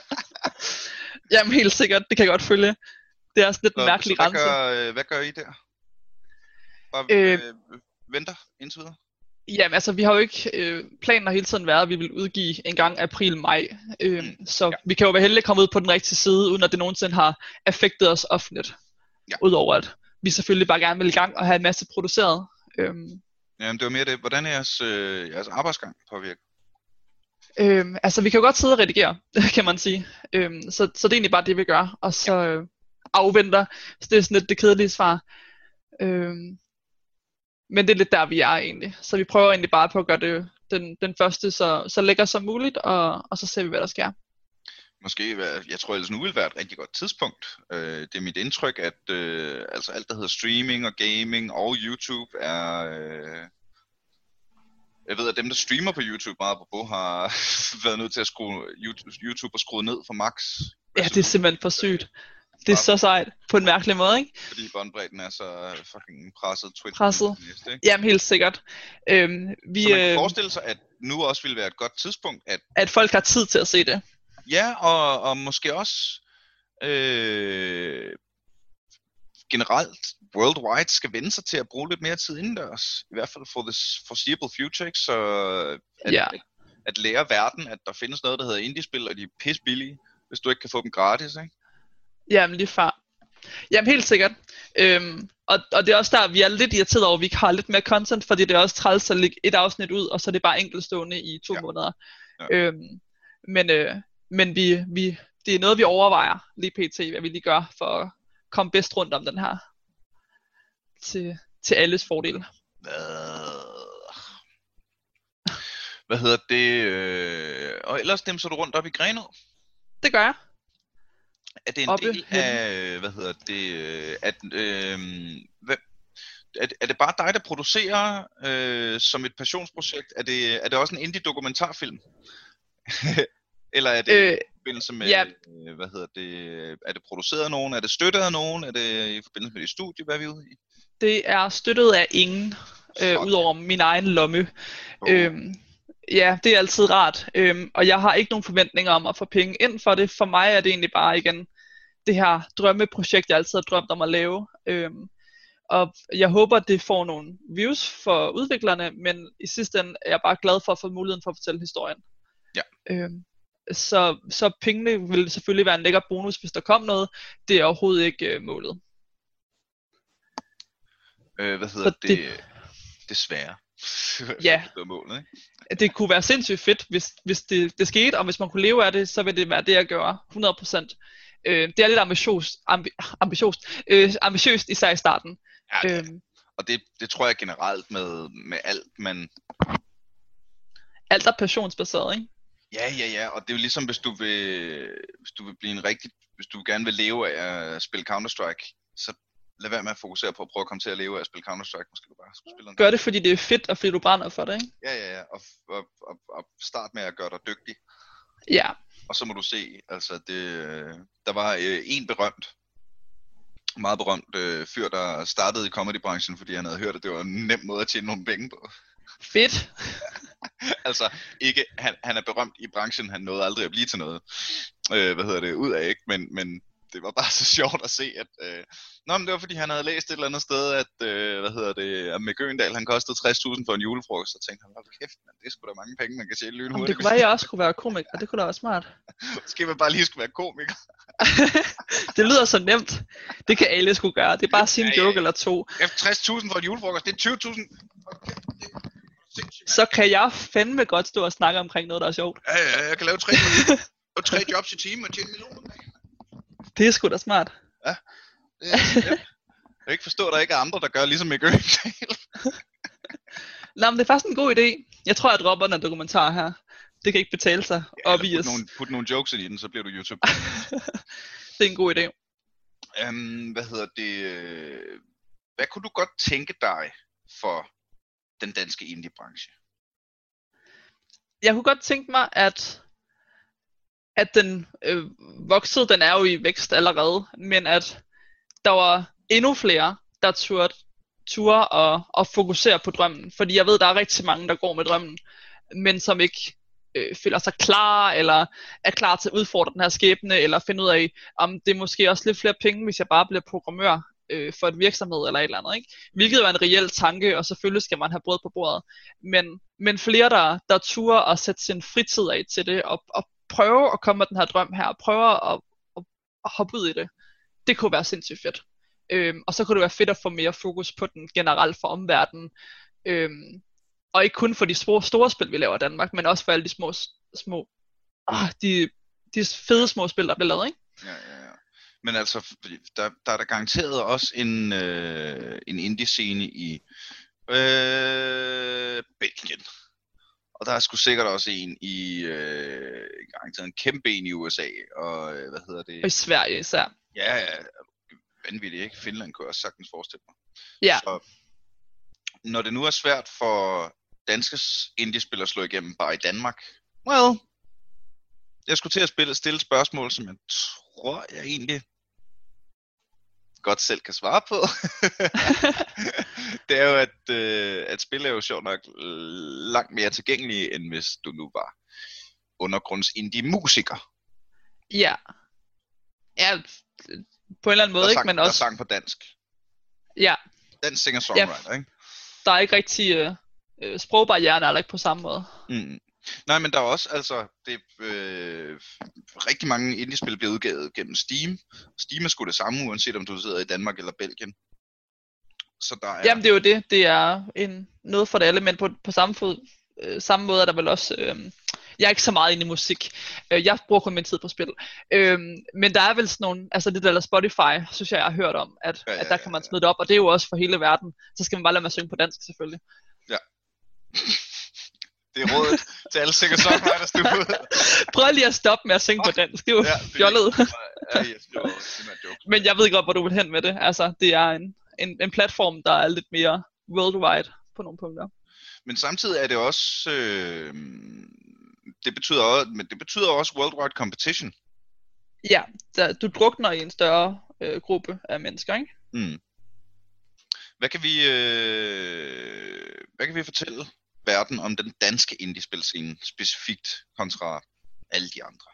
Jamen helt sikkert, det kan jeg godt følge. Det er sådan lidt en mærkelig grænse. Hvad gør, hvad gør I der? Bare øh, øh, venter indtil videre? Jamen altså, vi har jo ikke, øh, planen har hele tiden været, at vi vil udgive en gang april-maj, øh, mm, så ja. Vi kan jo være heldige at komme ud på den rigtige side, uden at det nogensinde har affektet os offentligt. Ja. Udover at vi selvfølgelig bare gerne vil i gang og have en masse produceret. Øh. Jamen det var mere det, hvordan er jeres, øh, jeres arbejdsgang påvirket? Øh, altså vi kan jo godt sidde og redigere, kan man sige, øh, så, så det er egentlig bare det vi gør, og så øh, afventer, så det er sådan lidt det kedelige svar. Øh, Men det er lidt der, vi er egentlig. Så vi prøver egentlig bare på at gøre det, den, den første så, så lækker som muligt, og, og så ser vi, hvad der sker. Måske, jeg tror ellers nu vil være et rigtig godt tidspunkt. Det er mit indtryk, at øh, altså alt, der hedder streaming og gaming og YouTube er... Øh, jeg ved, at dem, der streamer på YouTube meget på har været nødt til at skrue YouTube og skrue ned for max. Ja, det er simpelthen for sygt. Det er så sejt, på en mærkelig måde, ikke? Fordi båndbredden er så fucking presset. Twitch presset. Næste, ikke? Jamen helt sikkert. Øhm, vi, så man kan øh, forestille sig, at nu også ville være et godt tidspunkt, at... At folk har tid til at se det. Ja, og, og måske også øh, generelt worldwide skal vende sig til at bruge lidt mere tid indendørs. I hvert fald for this foreseeable future, ikke? Så at, ja. at, at lære verden, at der findes noget, der hedder indie-spil, og de er pis billige, hvis du ikke kan få dem gratis, ikke? Jamen lige før. Jamen helt sikkert. Øhm, og, og det er også der, vi er lidt irriteret over, at vi ikke har lidt mere content, fordi det er også træls at lægge et afsnit ud, og så er det bare enkeltstående i to ja. måneder. Ja. Øhm, men øh, men vi, vi, det er noget, vi overvejer lige pt, hvad vi lige gør, for at komme bedst rundt om den her. Til, til alles fordel. Hvad hedder det? Øh, og ellers dem så du rundt op i Grenaa? Det gør jeg. Er det en Oppe del af, hvad hedder det, at, øh, hvad, er, det, er det bare dig, der producerer øh, som et passionsprojekt? Er det, er det også en indie-dokumentarfilm? Eller er det øh, i forbindelse med, ja. øh, hvad hedder det, er det produceret af nogen? Er det støttet af nogen? Er det i forbindelse med dit studie? Hvad er vi ude i? Det er støttet af ingen. øh, ud over min egen lomme. Oh. Øhm, ja, det er altid rart, øhm, og jeg har ikke nogen forventninger om at få penge ind for det. For mig er det egentlig bare igen det her drømmeprojekt, jeg altid har drømt om at lave. Øhm, og jeg håber, det får nogle views for udviklerne, men i sidste ende er jeg bare glad for at få muligheden for at fortælle historien. Ja. Øhm, så, så pengene vil selvfølgelig være en lækker bonus, hvis der kom noget. Det er overhovedet ikke øh, målet. Øh, hvad hedder det? det? Desværre. Ja. Det var målet, ikke? Det kunne være sindssygt fedt, hvis, hvis det, det skete, og hvis man kunne leve af det, så vil det være det, jeg gør hundrede procent. Øh, det er lidt ambitiøst, ambi, ambitiøst, øh, ambitiøst især i starten. Ja, det, øhm, og det, det tror jeg generelt med, med alt, man... Alt er passionsbaseret, ikke? Ja, ja, ja, og det er jo ligesom, hvis du vil, hvis du vil blive en rigtig... Hvis du gerne vil leve af at spille Counter-Strike, så lad være med at fokusere på at prøve at komme til at leve af at spille Counter-Strike. Måske du bare spille en... Gør det, fordi det er fedt, og fordi du brænder for det, ikke? Ja, ja, ja, og, og, og, og start med at gøre dig dygtig. Ja. Og så må du se, altså det... Der var øh, en berømt, meget berømt øh, fyr, der startede i comedybranchen, fordi han havde hørt, at det var en nem måde at tjene nogle penge på. Fedt. Altså, ikke, han, han er berømt i branchen, han nåede aldrig at blive til noget, øh, hvad hedder det, ud af, ikke? Men, men det var bare så sjovt at se, at, øh, nå, men det var fordi, han havde læst et eller andet sted, at, øh, hvad hedder det, at med Gøgendal, han kostede tres tusind for en julefrokost, og tænkte han, hold kæft, man, det er sgu da mange penge, man kan tjene lynhurtigt. Det kunne være, at jeg også kunne være komiker, det kunne da være smart. Måske man bare lige skulle være komiker. Det lyder så nemt. Det kan alle skulle gøre, det er bare at sige en joke eller to. Efter tres tusind for en julefrokost, det er tyve tusind. Okay. Så kan jeg fandme godt stå og snakke omkring noget, der er sjovt. Ja, ja, jeg kan lave tre, tre jobs i timen og tjene millioner. Det er sgu da smart. Ja, det er ja. Jeg kan ikke forstå, at der ikke er andre, der gør ligesom i Gøgendal. Nej, men det er faktisk en god idé. Jeg tror, jeg dropper den dokumentar her. Det kan ikke betale sig. Ja, eller put nogle, put nogle jokes i den, så bliver du YouTube. Det er en god idé. Um, hvad hedder det? Hvad kunne du godt tænke dig for den danske indie-branche? Jeg kunne godt tænke mig, at at den øh, voksede, den er jo i vækst allerede, men at der var endnu flere, der turde, turde og, og fokusere på drømmen. Fordi jeg ved, der er rigtig mange, der går med drømmen, men som ikke øh, føler sig klar, eller er klar til at udfordre den her skæbne, eller finde ud af, om det er måske også lidt flere penge, hvis jeg bare bliver programmør øh, for et virksomhed eller et eller andet, ikke? Hvilket er en reel tanke, og selvfølgelig skal man have brød på bordet. Men, men flere, der, der turde at sætte sin fritid af til det, og, og prøve at komme med den her drøm her, og prøve at, at, at hoppe ud i det, det kunne være sindssygt fedt. Øhm, og så kunne det være fedt at få mere fokus på den generelt for omverdenen. Øhm, og ikke kun for de store, store spil, vi laver i Danmark, men også for alle de små, små ah, de, de fede små spil, der bliver lavet, ikke? Ja, ja, ja. Men altså, der, der er der garanteret også en, øh, en indie-scene i øh, Belgien. Og der er sgu sikkert også en i, øh, garanteret en kæmpe en i U S A, og øh, hvad hedder det? Og i Sverige især. Ja, ja, vanvittigt, ikke? Finland kunne jeg også sagtens forestille mig. Ja. Så når det nu er svært for danske indie-spillere at slå igennem bare i Danmark, well, jeg skulle til at spille, stille spørgsmål, som jeg tror, jeg egentlig godt selv kan svare på. Det er jo, at, øh, at spil er jo sjovt nok langt mere tilgængelige, end hvis du nu var undergrunds-indie-musiker. Ja. Ja, på en eller anden måde, der sang, ikke? Men der også... sang på dansk. Ja. Dansk singer-songwriter, ja, ikke? Der er ikke rigtig... Øh, sprogbarrieren er der ikke på samme måde. Mm. Nej, men der er også, altså, det, øh, rigtig mange indie-spil bliver udgivet gennem Steam. Steam er sgu det samme, uanset om du sidder i Danmark eller Belgien. Så der er... Jamen det er jo det, det er en, noget for det alle, men på, på samme, fod, øh, samme måde er der vel også, øh, jeg er ikke så meget inde i musik, øh, jeg bruger kun min tid på spil, øh, men der er vel sådan nogle, altså det der Spotify, synes jeg, jeg har hørt om, at, ja, ja, at der kan man smide det op, og det er jo også for hele verden, så skal man bare lade mig synge på dansk selvfølgelig. Ja. Det er rådet til alle singer-songwriters derude. Prøv lige at stoppe med at synge på dansk, det er jo ja, fjollet. Ja, yes, det var, det var men jeg ved godt, hvor du vil hen med det, altså det er en, en, en platform, der er lidt mere worldwide på nogle punkter. Men samtidig er det også, øh, det betyder også, men det betyder også worldwide competition. Ja, der, du drukner i en større øh, gruppe af mennesker, ikke? Mm. Hvad kan vi, øh, hvad kan vi fortælle verden om den danske indie-spilscene specifikt kontra alle de andre?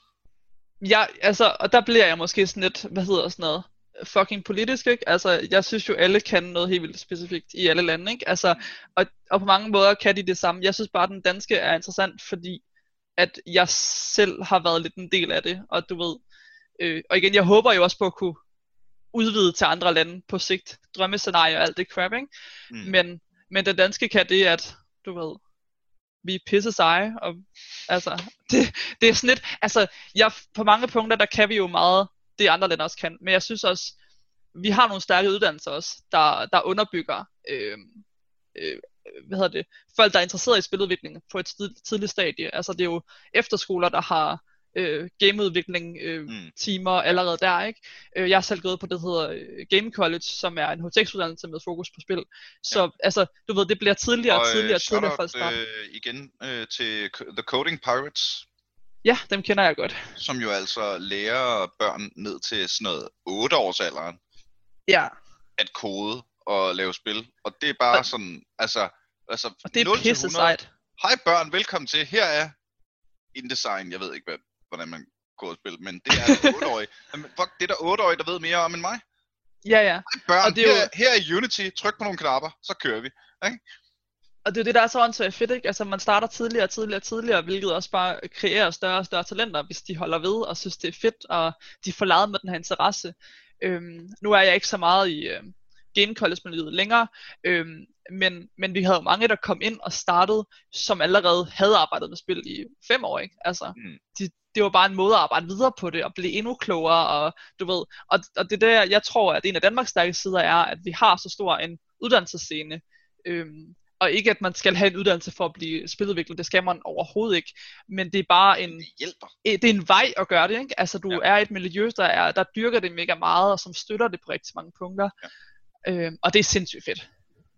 Ja, altså, og der bliver jeg måske sådan lidt, hvad hedder sådan noget, fucking politisk, ikke? Altså, jeg synes jo, alle kan noget helt vildt specifikt i alle lande, ikke? Altså, og, og på mange måder kan de det samme. Jeg synes bare, at den danske er interessant, fordi at jeg selv har været lidt en del af det, og du ved, øh, og igen, jeg håber jo også på at kunne udvide til andre lande på sigt, drømmescenarier og alt det crap, ikke? Mm. Men, men den danske kan det, at, du ved, vi er pisse seje, og altså, det, det er sådan lidt, altså, jeg, på mange punkter, der kan vi jo meget, det andre lande også kan, men jeg synes også, vi har nogle stærke uddannelser også, der, der underbygger, øh, øh, hvad hedder det, folk der er interesseret i spiludvikling på et tidligt, tidligt stadie, altså det er jo efterskoler, der har øh, gameudvikling øh, mm. timer allerede der, ikke? Øh, jeg har selv gået på det, der hedder øh, Game College, som er en H T X-uddannelse med fokus på spil, så ja. Altså, du ved, det bliver tidligere og, og tidligere og tidligere for at starte. Øh, igen øh, til The Coding Pirates. Ja, dem kender jeg godt. Som jo altså lærer børn ned til sådan noget otte års alderen. Ja. At kode og lave spil. Og det er bare og, sådan, altså... altså og det er pisse sejt. Hej børn, velkommen til. Her er InDesign. Jeg ved ikke, hvad, hvordan man koder spil, men det er otte-årige. Fuck, det er der otte-årige, der ved mere om end mig. Ja, ja. Hej børn, og det er her, jo... her er Unity. Tryk på nogle knapper, så kører vi. Okay? Og det er det, der er så åndssvagt fedt, ikke? Altså, man starter tidligere og tidligere og tidligere, hvilket også bare kreerer større og større talenter, hvis de holder ved og synes, det er fedt, og de får lavet med den her interesse. Øhm, nu er jeg ikke så meget i øh, Game College-miljøet længere, øhm, men, men vi havde mange, der kom ind og startede, som allerede havde arbejdet med spil i fem år, ikke? Altså, mm. de, det var bare en måde at arbejde videre på det, og blive endnu klogere, og du ved, og, og det der, jeg tror, at en af Danmarks stærke sider er, at vi har så stor en uddannelsesscene, øhm, og ikke at man skal have en uddannelse for at blive spiludvikler, det skal man overhovedet ikke, men det er bare en, det hjælper. Det er en vej at gøre det, ikke? Altså du ja. er et miljø, der, er, der dyrker det mega meget, og som støtter det på rigtig mange punkter, ja. øhm, og det er sindssygt fedt.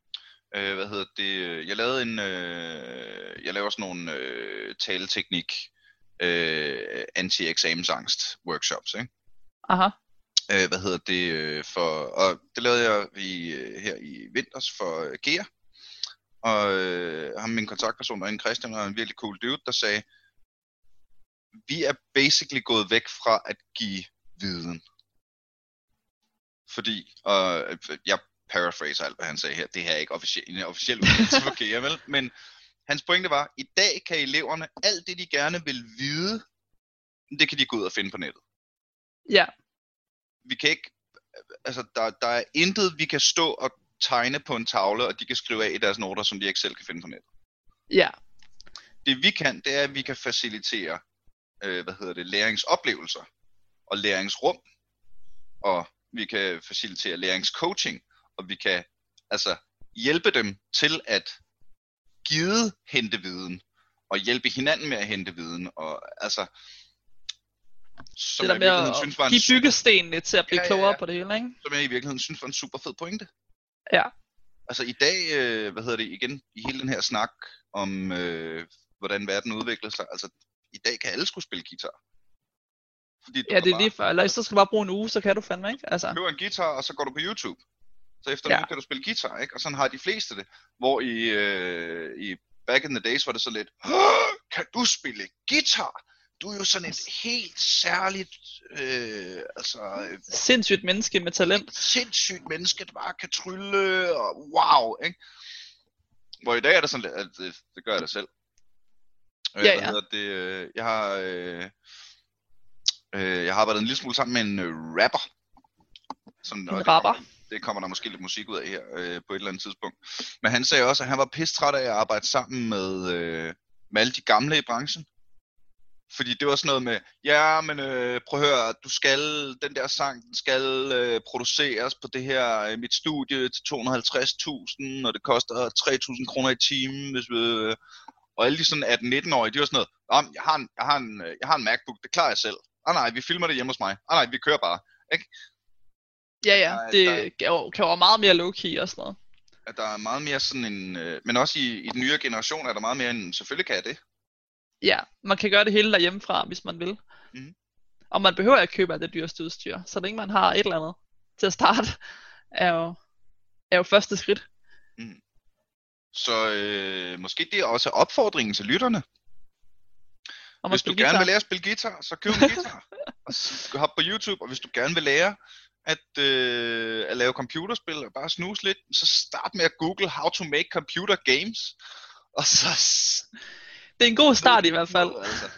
Øh, hvad hedder det? Jeg lavede en, øh, jeg laver sådan nogle øh, taleteknik, øh, anti-eksamensangst workshops, ikke? Aha. Øh, hvad hedder det? For, og det lavede jeg i, her i vinters for G E A. Og øh, ham min kontaktperson derinde, Christian, var en virkelig cool dude, der sagde, vi er basically gået væk fra at give viden. Fordi, og jeg paraphraser alt, hvad han sagde her, det her er ikke officiel, en officiel uddannelse for G E A, vel? Men hans pointe var, i dag kan eleverne alt det, de gerne vil vide, det kan de gå ud og finde på nettet. Ja. Vi kan ikke, altså der, der er intet, vi kan stå og tegne på en tavle, og de kan skrive af i deres noter, som de ikke selv kan finde på nettet. Ja. Det vi kan, det er, at vi kan facilitere, øh, hvad hedder det, læringsoplevelser og læringsrum, og vi kan facilitere læringscoaching, og vi kan altså hjælpe dem til at give hente viden, og hjælpe hinanden med at hente viden, og altså som det der jeg med at synes var en give byggestenene til at blive ja, klogere ja, ja. på det hele, ikke? Som jeg i virkeligheden synes var en super fed pointe. Ja. Altså i dag, øh, hvad hedder det igen, i hele den her snak om, øh, hvordan verden udvikler sig, altså i dag kan alle skulle spille guitar. Fordi ja, det er bare, lige for, eller så skal du bare bruge en uge, så kan du fandme, ikke? Altså. Du køber en guitar, og så går du på YouTube. Så efter ja. nu kan du spille guitar, ikke? Og sådan har de fleste det. Hvor i, øh, i back in the days var det så lidt, kan du spille guitar? Du er jo sådan et helt særligt, øh, altså... sindssygt menneske med talent. Sindssygt menneske, der bare kan trylle, og wow, ikke? Hvor i dag er det sådan, at det, det gør jeg da selv. Ja, ja. Hvad hedder det? Øh, jeg har... Øh, øh, jeg har arbejdet en lille smule sammen med en øh, rapper. Sådan, en rapper? Det, det kommer der måske lidt musik ud af her øh, på et eller andet tidspunkt. Men han sagde også, at han var pisstræt af at arbejde sammen med, øh, med alle de gamle i branchen. Fordi det var sådan noget med, ja, men øh, prøv at høre, du skal, den der sang, den skal øh, produceres på det her, øh, mit studie til to hundrede og halvtreds tusind, og det koster tre tusind kroner i timen, hvis vi, øh, og alle de sådan atten-nitten-årige, de var sådan noget, jeg har en, jeg har en, jeg har en MacBook, det klarer jeg selv. Ah nej, vi filmer det hjemme hos mig. Ah nej, vi kører bare, ikke? Ja, ja, der, det der, kan være meget mere low-key og sådan noget. At der er meget mere sådan en, øh, men også i, i den nye generation er der meget mere en, selvfølgelig kan jeg det. Ja, man kan gøre det hele derhjemmefra, hvis man vil. Mm. Og man behøver ikke købe af det dyreste udstyr. Så længe man har et eller andet til at starte, er jo, er jo første skridt. Mm. Så øh, måske det er også opfordringen til lytterne. Om Hvis du gerne vil lære at spille guitar, så køb en guitar. Og så hop på YouTube, og hvis du gerne vil lære at, øh, at lave computerspil og bare snuse lidt, så start med at google how to make computer games. Og så... Det er en god start i hvert fald. Altså.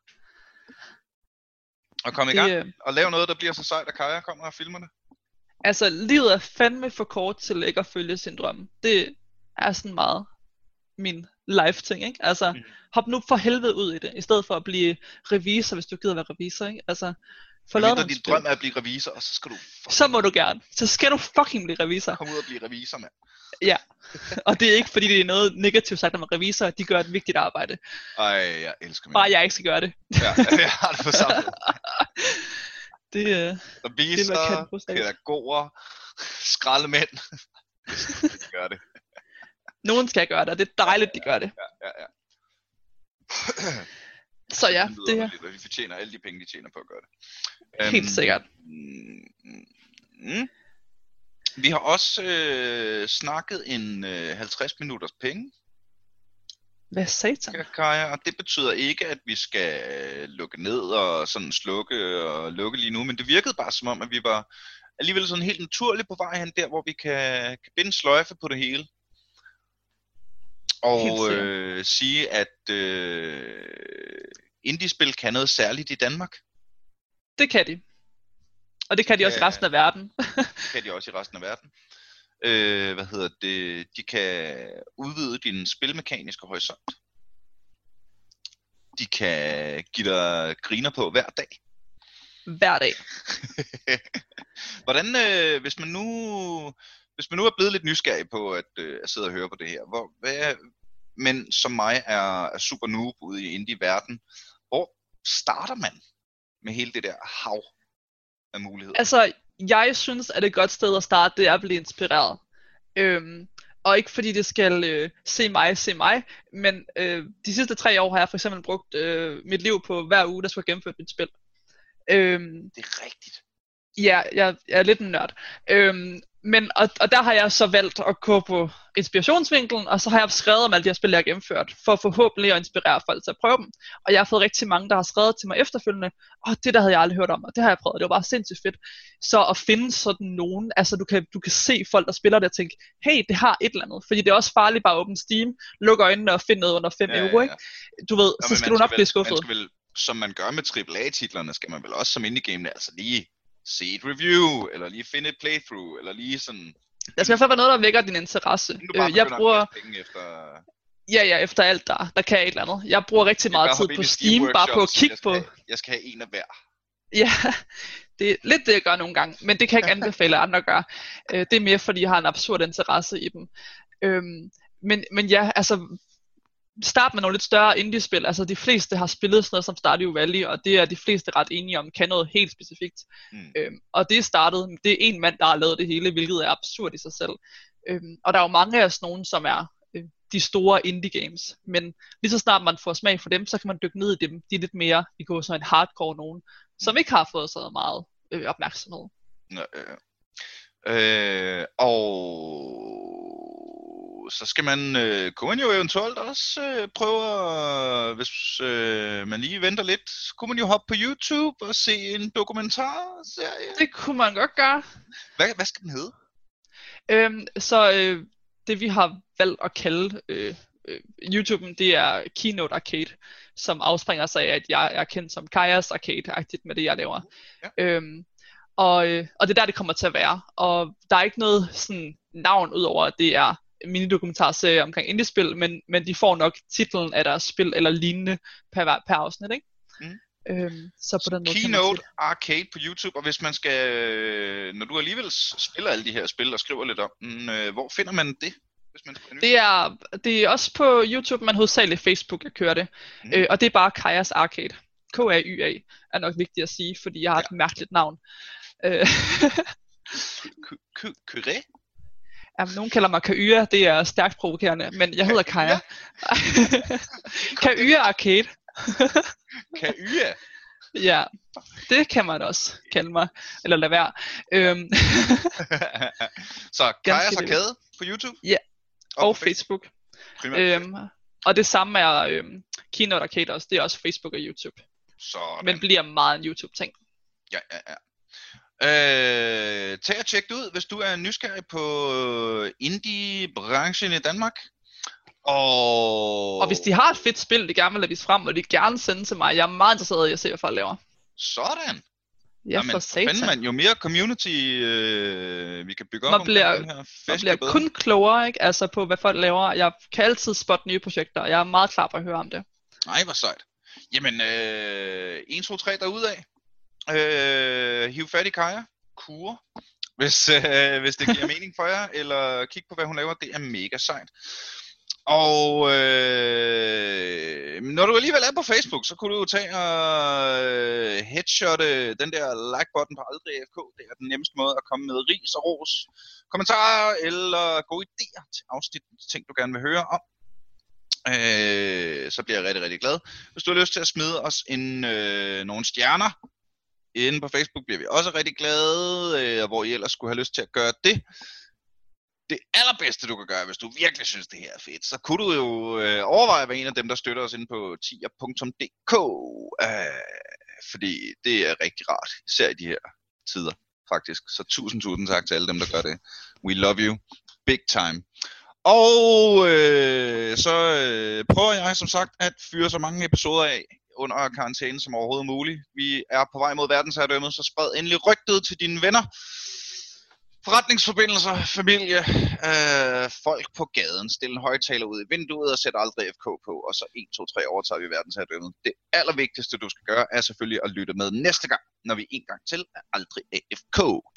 Og kom i gang, det, og lav noget, der bliver så sejt, at Kaja kommer og filmer det. Altså, livet er fandme for kort til ikke at følge sin drøm. Det er sådan meget min life-ting, ikke? Altså, mm. hop nu for helvede ud i det, i stedet for at blive revisor, hvis du gider være revisor, ikke? Altså, forlad dig. Din drøm er at blive revisor, og så skal du... Så må du gerne. Så skal du fucking blive revisor. Kom ud og blive revisor, mand. Ja, og det er ikke fordi det er noget negativt sagt om revisorer, de gør et vigtigt arbejde. Ej, jeg elsker mig. Bare jeg ikke skal gøre det. Ja, jeg har det på samme måde. Det, uh, revisorer, pædagoger, skraldemænd. De gør det. Nogen skal gøre det, og det er dejligt, de gør det. Ja, ja, ja. Så ja, det, det er... De fortjener alle de penge, de tjener på at gøre det. Helt um, sikkert. Mm, mm. Vi har også øh, snakket en øh, halvtreds minutters penge. Hvad satan? Kaja, og det betyder ikke, at vi skal øh, lukke ned og sådan slukke og lukke lige nu, men det virkede bare som om, at vi var alligevel sådan helt naturligt på vej hen der, hvor vi kan, kan binde sløjfe på det hele. Og øh, sige, at øh, indie-spil kan noget særligt i Danmark. Det kan de. Og det kan de også i resten af verden. Det kan de også i resten af verden. Øh, hvad hedder det? De kan udvide din spilmekaniske horisont. De kan give dig griner på hver dag. Hver dag. Hvordan, øh, hvis man nu... Hvis man nu er blevet lidt nysgerrig på at, øh, at sidde og høre på det her, hvor, hvad, men som mig er, er super noob ude i indie-verden, hvor starter man med hele det der hav af muligheder? Altså, jeg synes, at et godt sted at starte, det er at blive inspireret. Øhm, og ikke fordi det skal øh, se mig, se mig, men øh, de sidste tre år har jeg for eksempel brugt øh, mit liv på hver uge, der skulle gennemføre mit spil. Øhm, det er rigtigt. Ja, jeg, jeg er lidt en nørd. Øhm, men, og, og der har jeg så valgt at gå på inspirationsvinkelen, og så har jeg skrevet om alle de her spil, jeg har gennemført, for forhåbentlig at inspirere folk til at prøve dem. Og jeg har fået rigtig mange, der har skrevet til mig efterfølgende, åh, det der havde jeg aldrig hørt om, og det har jeg prøvet, det var bare sindssygt fedt. Så at finde sådan nogen, altså du kan, du kan se folk, der spiller det og tænke, hey, det har et eller andet, fordi det er også farligt bare at åbne Steam, lukke øjnene og finde noget under fem ja, euro, ja, ja. ikke? Du ved, Nå, så skal du nok vel, blive skuffet. Man skal vel, som man gør med triple A-titlerne, skal man vel også som indie-game, altså lige se et review, eller lige finde et playthrough, eller lige sådan... Der skal i hvert fald være noget, der vækker din interesse. Du bare jeg bruger penge efter... Ja, ja, efter alt der, der kan et eller andet. Jeg bruger rigtig meget tid på Steam, bare på at kigge på... Have, jeg skal have en af hver. Ja, det er lidt det, jeg gør nogle gange, men det kan jeg ikke anbefale, at andre gør. Det er mere, fordi jeg har en absurd interesse i dem. Men, men ja, altså... Start med nogle lidt større indie-spil. Altså de fleste har spillet sådan noget som Stardew Valley, og det er de fleste ret enige om, kan noget helt specifikt. Mm. Øhm, og det er startet, det er en mand, der har lavet det hele, hvilket er absurd i sig selv. Øhm, og der er jo mange af sådan nogen, som er øh, de store indie-games. Men lige så snart man får smag for dem, så kan man dykke ned i dem. De er lidt mere, vi går sådan en hardcore nogen, som ikke har fået så meget øh, opmærksomhed. Nå, øh, øh, og... så skal man, øh, kunne man jo eventuelt også øh, prøve at, hvis øh, man lige venter lidt, så kunne man jo hoppe på YouTube og se en dokumentarserie. Det kunne man godt gøre. Hvad, hvad skal den hedde? Øhm, så øh, det vi har valgt at kalde øh, øh, YouTuben, det er Keynote Arcade, som afspringer sig af, at jeg er kendt som Kajas Arcade-agtigt med det, jeg laver. Ja. Øhm, og, øh, og det er der, det kommer til at være. Og der er ikke noget sådan navn, udover at det er mini-dokumentarserie omkring indiespil, men, men de får nok titlen af deres spil eller lignende per, per afsnit, ikke? Mm. Øhm, så på den måde Keynote Arcade på YouTube, og hvis man skal, når du alligevel spiller alle de her spil og skriver lidt om den, øh, hvor finder man det? Hvis man det, er, det er også på YouTube, men hovedsageligt Facebook, jeg kører det. Mm. Øh, og det er bare Kajas Arcade. K A Y A er nok vigtigt at sige, fordi jeg har et mærkeligt navn. Kyré? Jamen, nogen kalder mig Kaja, det er stærkt provokerende, men jeg hedder Kaja. Kaja Arcade. Kaja? Ja, det kan man også kalde mig, eller lade være. Øhm. Så Kajas Arcade på YouTube? Ja, og, og Facebook. Øhm, og det samme er øhm, Keynote Arcade også. Det er også Facebook og YouTube. Sådan. Men bliver meget en YouTube-ting. Ja, ja, ja. Øh, tag og tjek det ud, hvis du er nysgerrig på indie-branchen i Danmark. Og... og hvis de har et fedt spil, de gerne vil lade vise frem, og de gerne sende til mig. Jeg er meget interesseret i at se, hvad folk laver. Sådan. Ja, Jamen, for satan. man, jo mere community øh, vi kan bygge op man om bliver, den her fest, man bliver kun klogere, ikke? Altså på, hvad folk laver. Jeg kan altid spotte nye projekter, og jeg er meget klar på at høre om det. Nej, hvor sejt. Jamen, øh, en, to, tre derudad. Øh, hiv fat i Kaja. Kure. Hvis, øh, hvis det giver mening for jer. Eller kig på, hvad hun laver. Det er mega sejt. Og øh, når du alligevel er på Facebook, så kunne du jo tage og øh, headshotte den der like-button på Aldrig A F K. Det er den nemmeste måde at komme med ris og ros, kommentarer eller gode idéer til afsnit, ting du gerne vil høre om. Øh, så bliver jeg rigtig, rigtig glad. Hvis du har lyst til at smide os en, øh, nogle stjerner inde på Facebook, bliver vi også rigtig glade, øh, hvor I ellers skulle have lyst til at gøre det. Det allerbedste, du kan gøre, hvis du virkelig synes, det her er fedt, så kunne du jo øh, overveje at være en af dem, der støtter os inde på tier punktum d k, øh, fordi det er rigtig rart, især i de her tider, faktisk. Så tusind, tusind tak til alle dem, der gør det. We love you. Big time. Og øh, så øh, prøver jeg, som sagt, at fyre så mange episoder af under karantæne som overhovedet muligt. Vi er på vej mod verdensherredømmet, så spred endelig rygtet til dine venner. Forretningsforbindelser, familie, øh, folk på gaden, stille en højtaler ud i vinduet og sætte Aldrig A F K på, og så en, to, tre overtager vi verdensherredømmet. Det allervigtigste, du skal gøre, er selvfølgelig at lytte med næste gang, når vi en gang til er Aldrig A F K.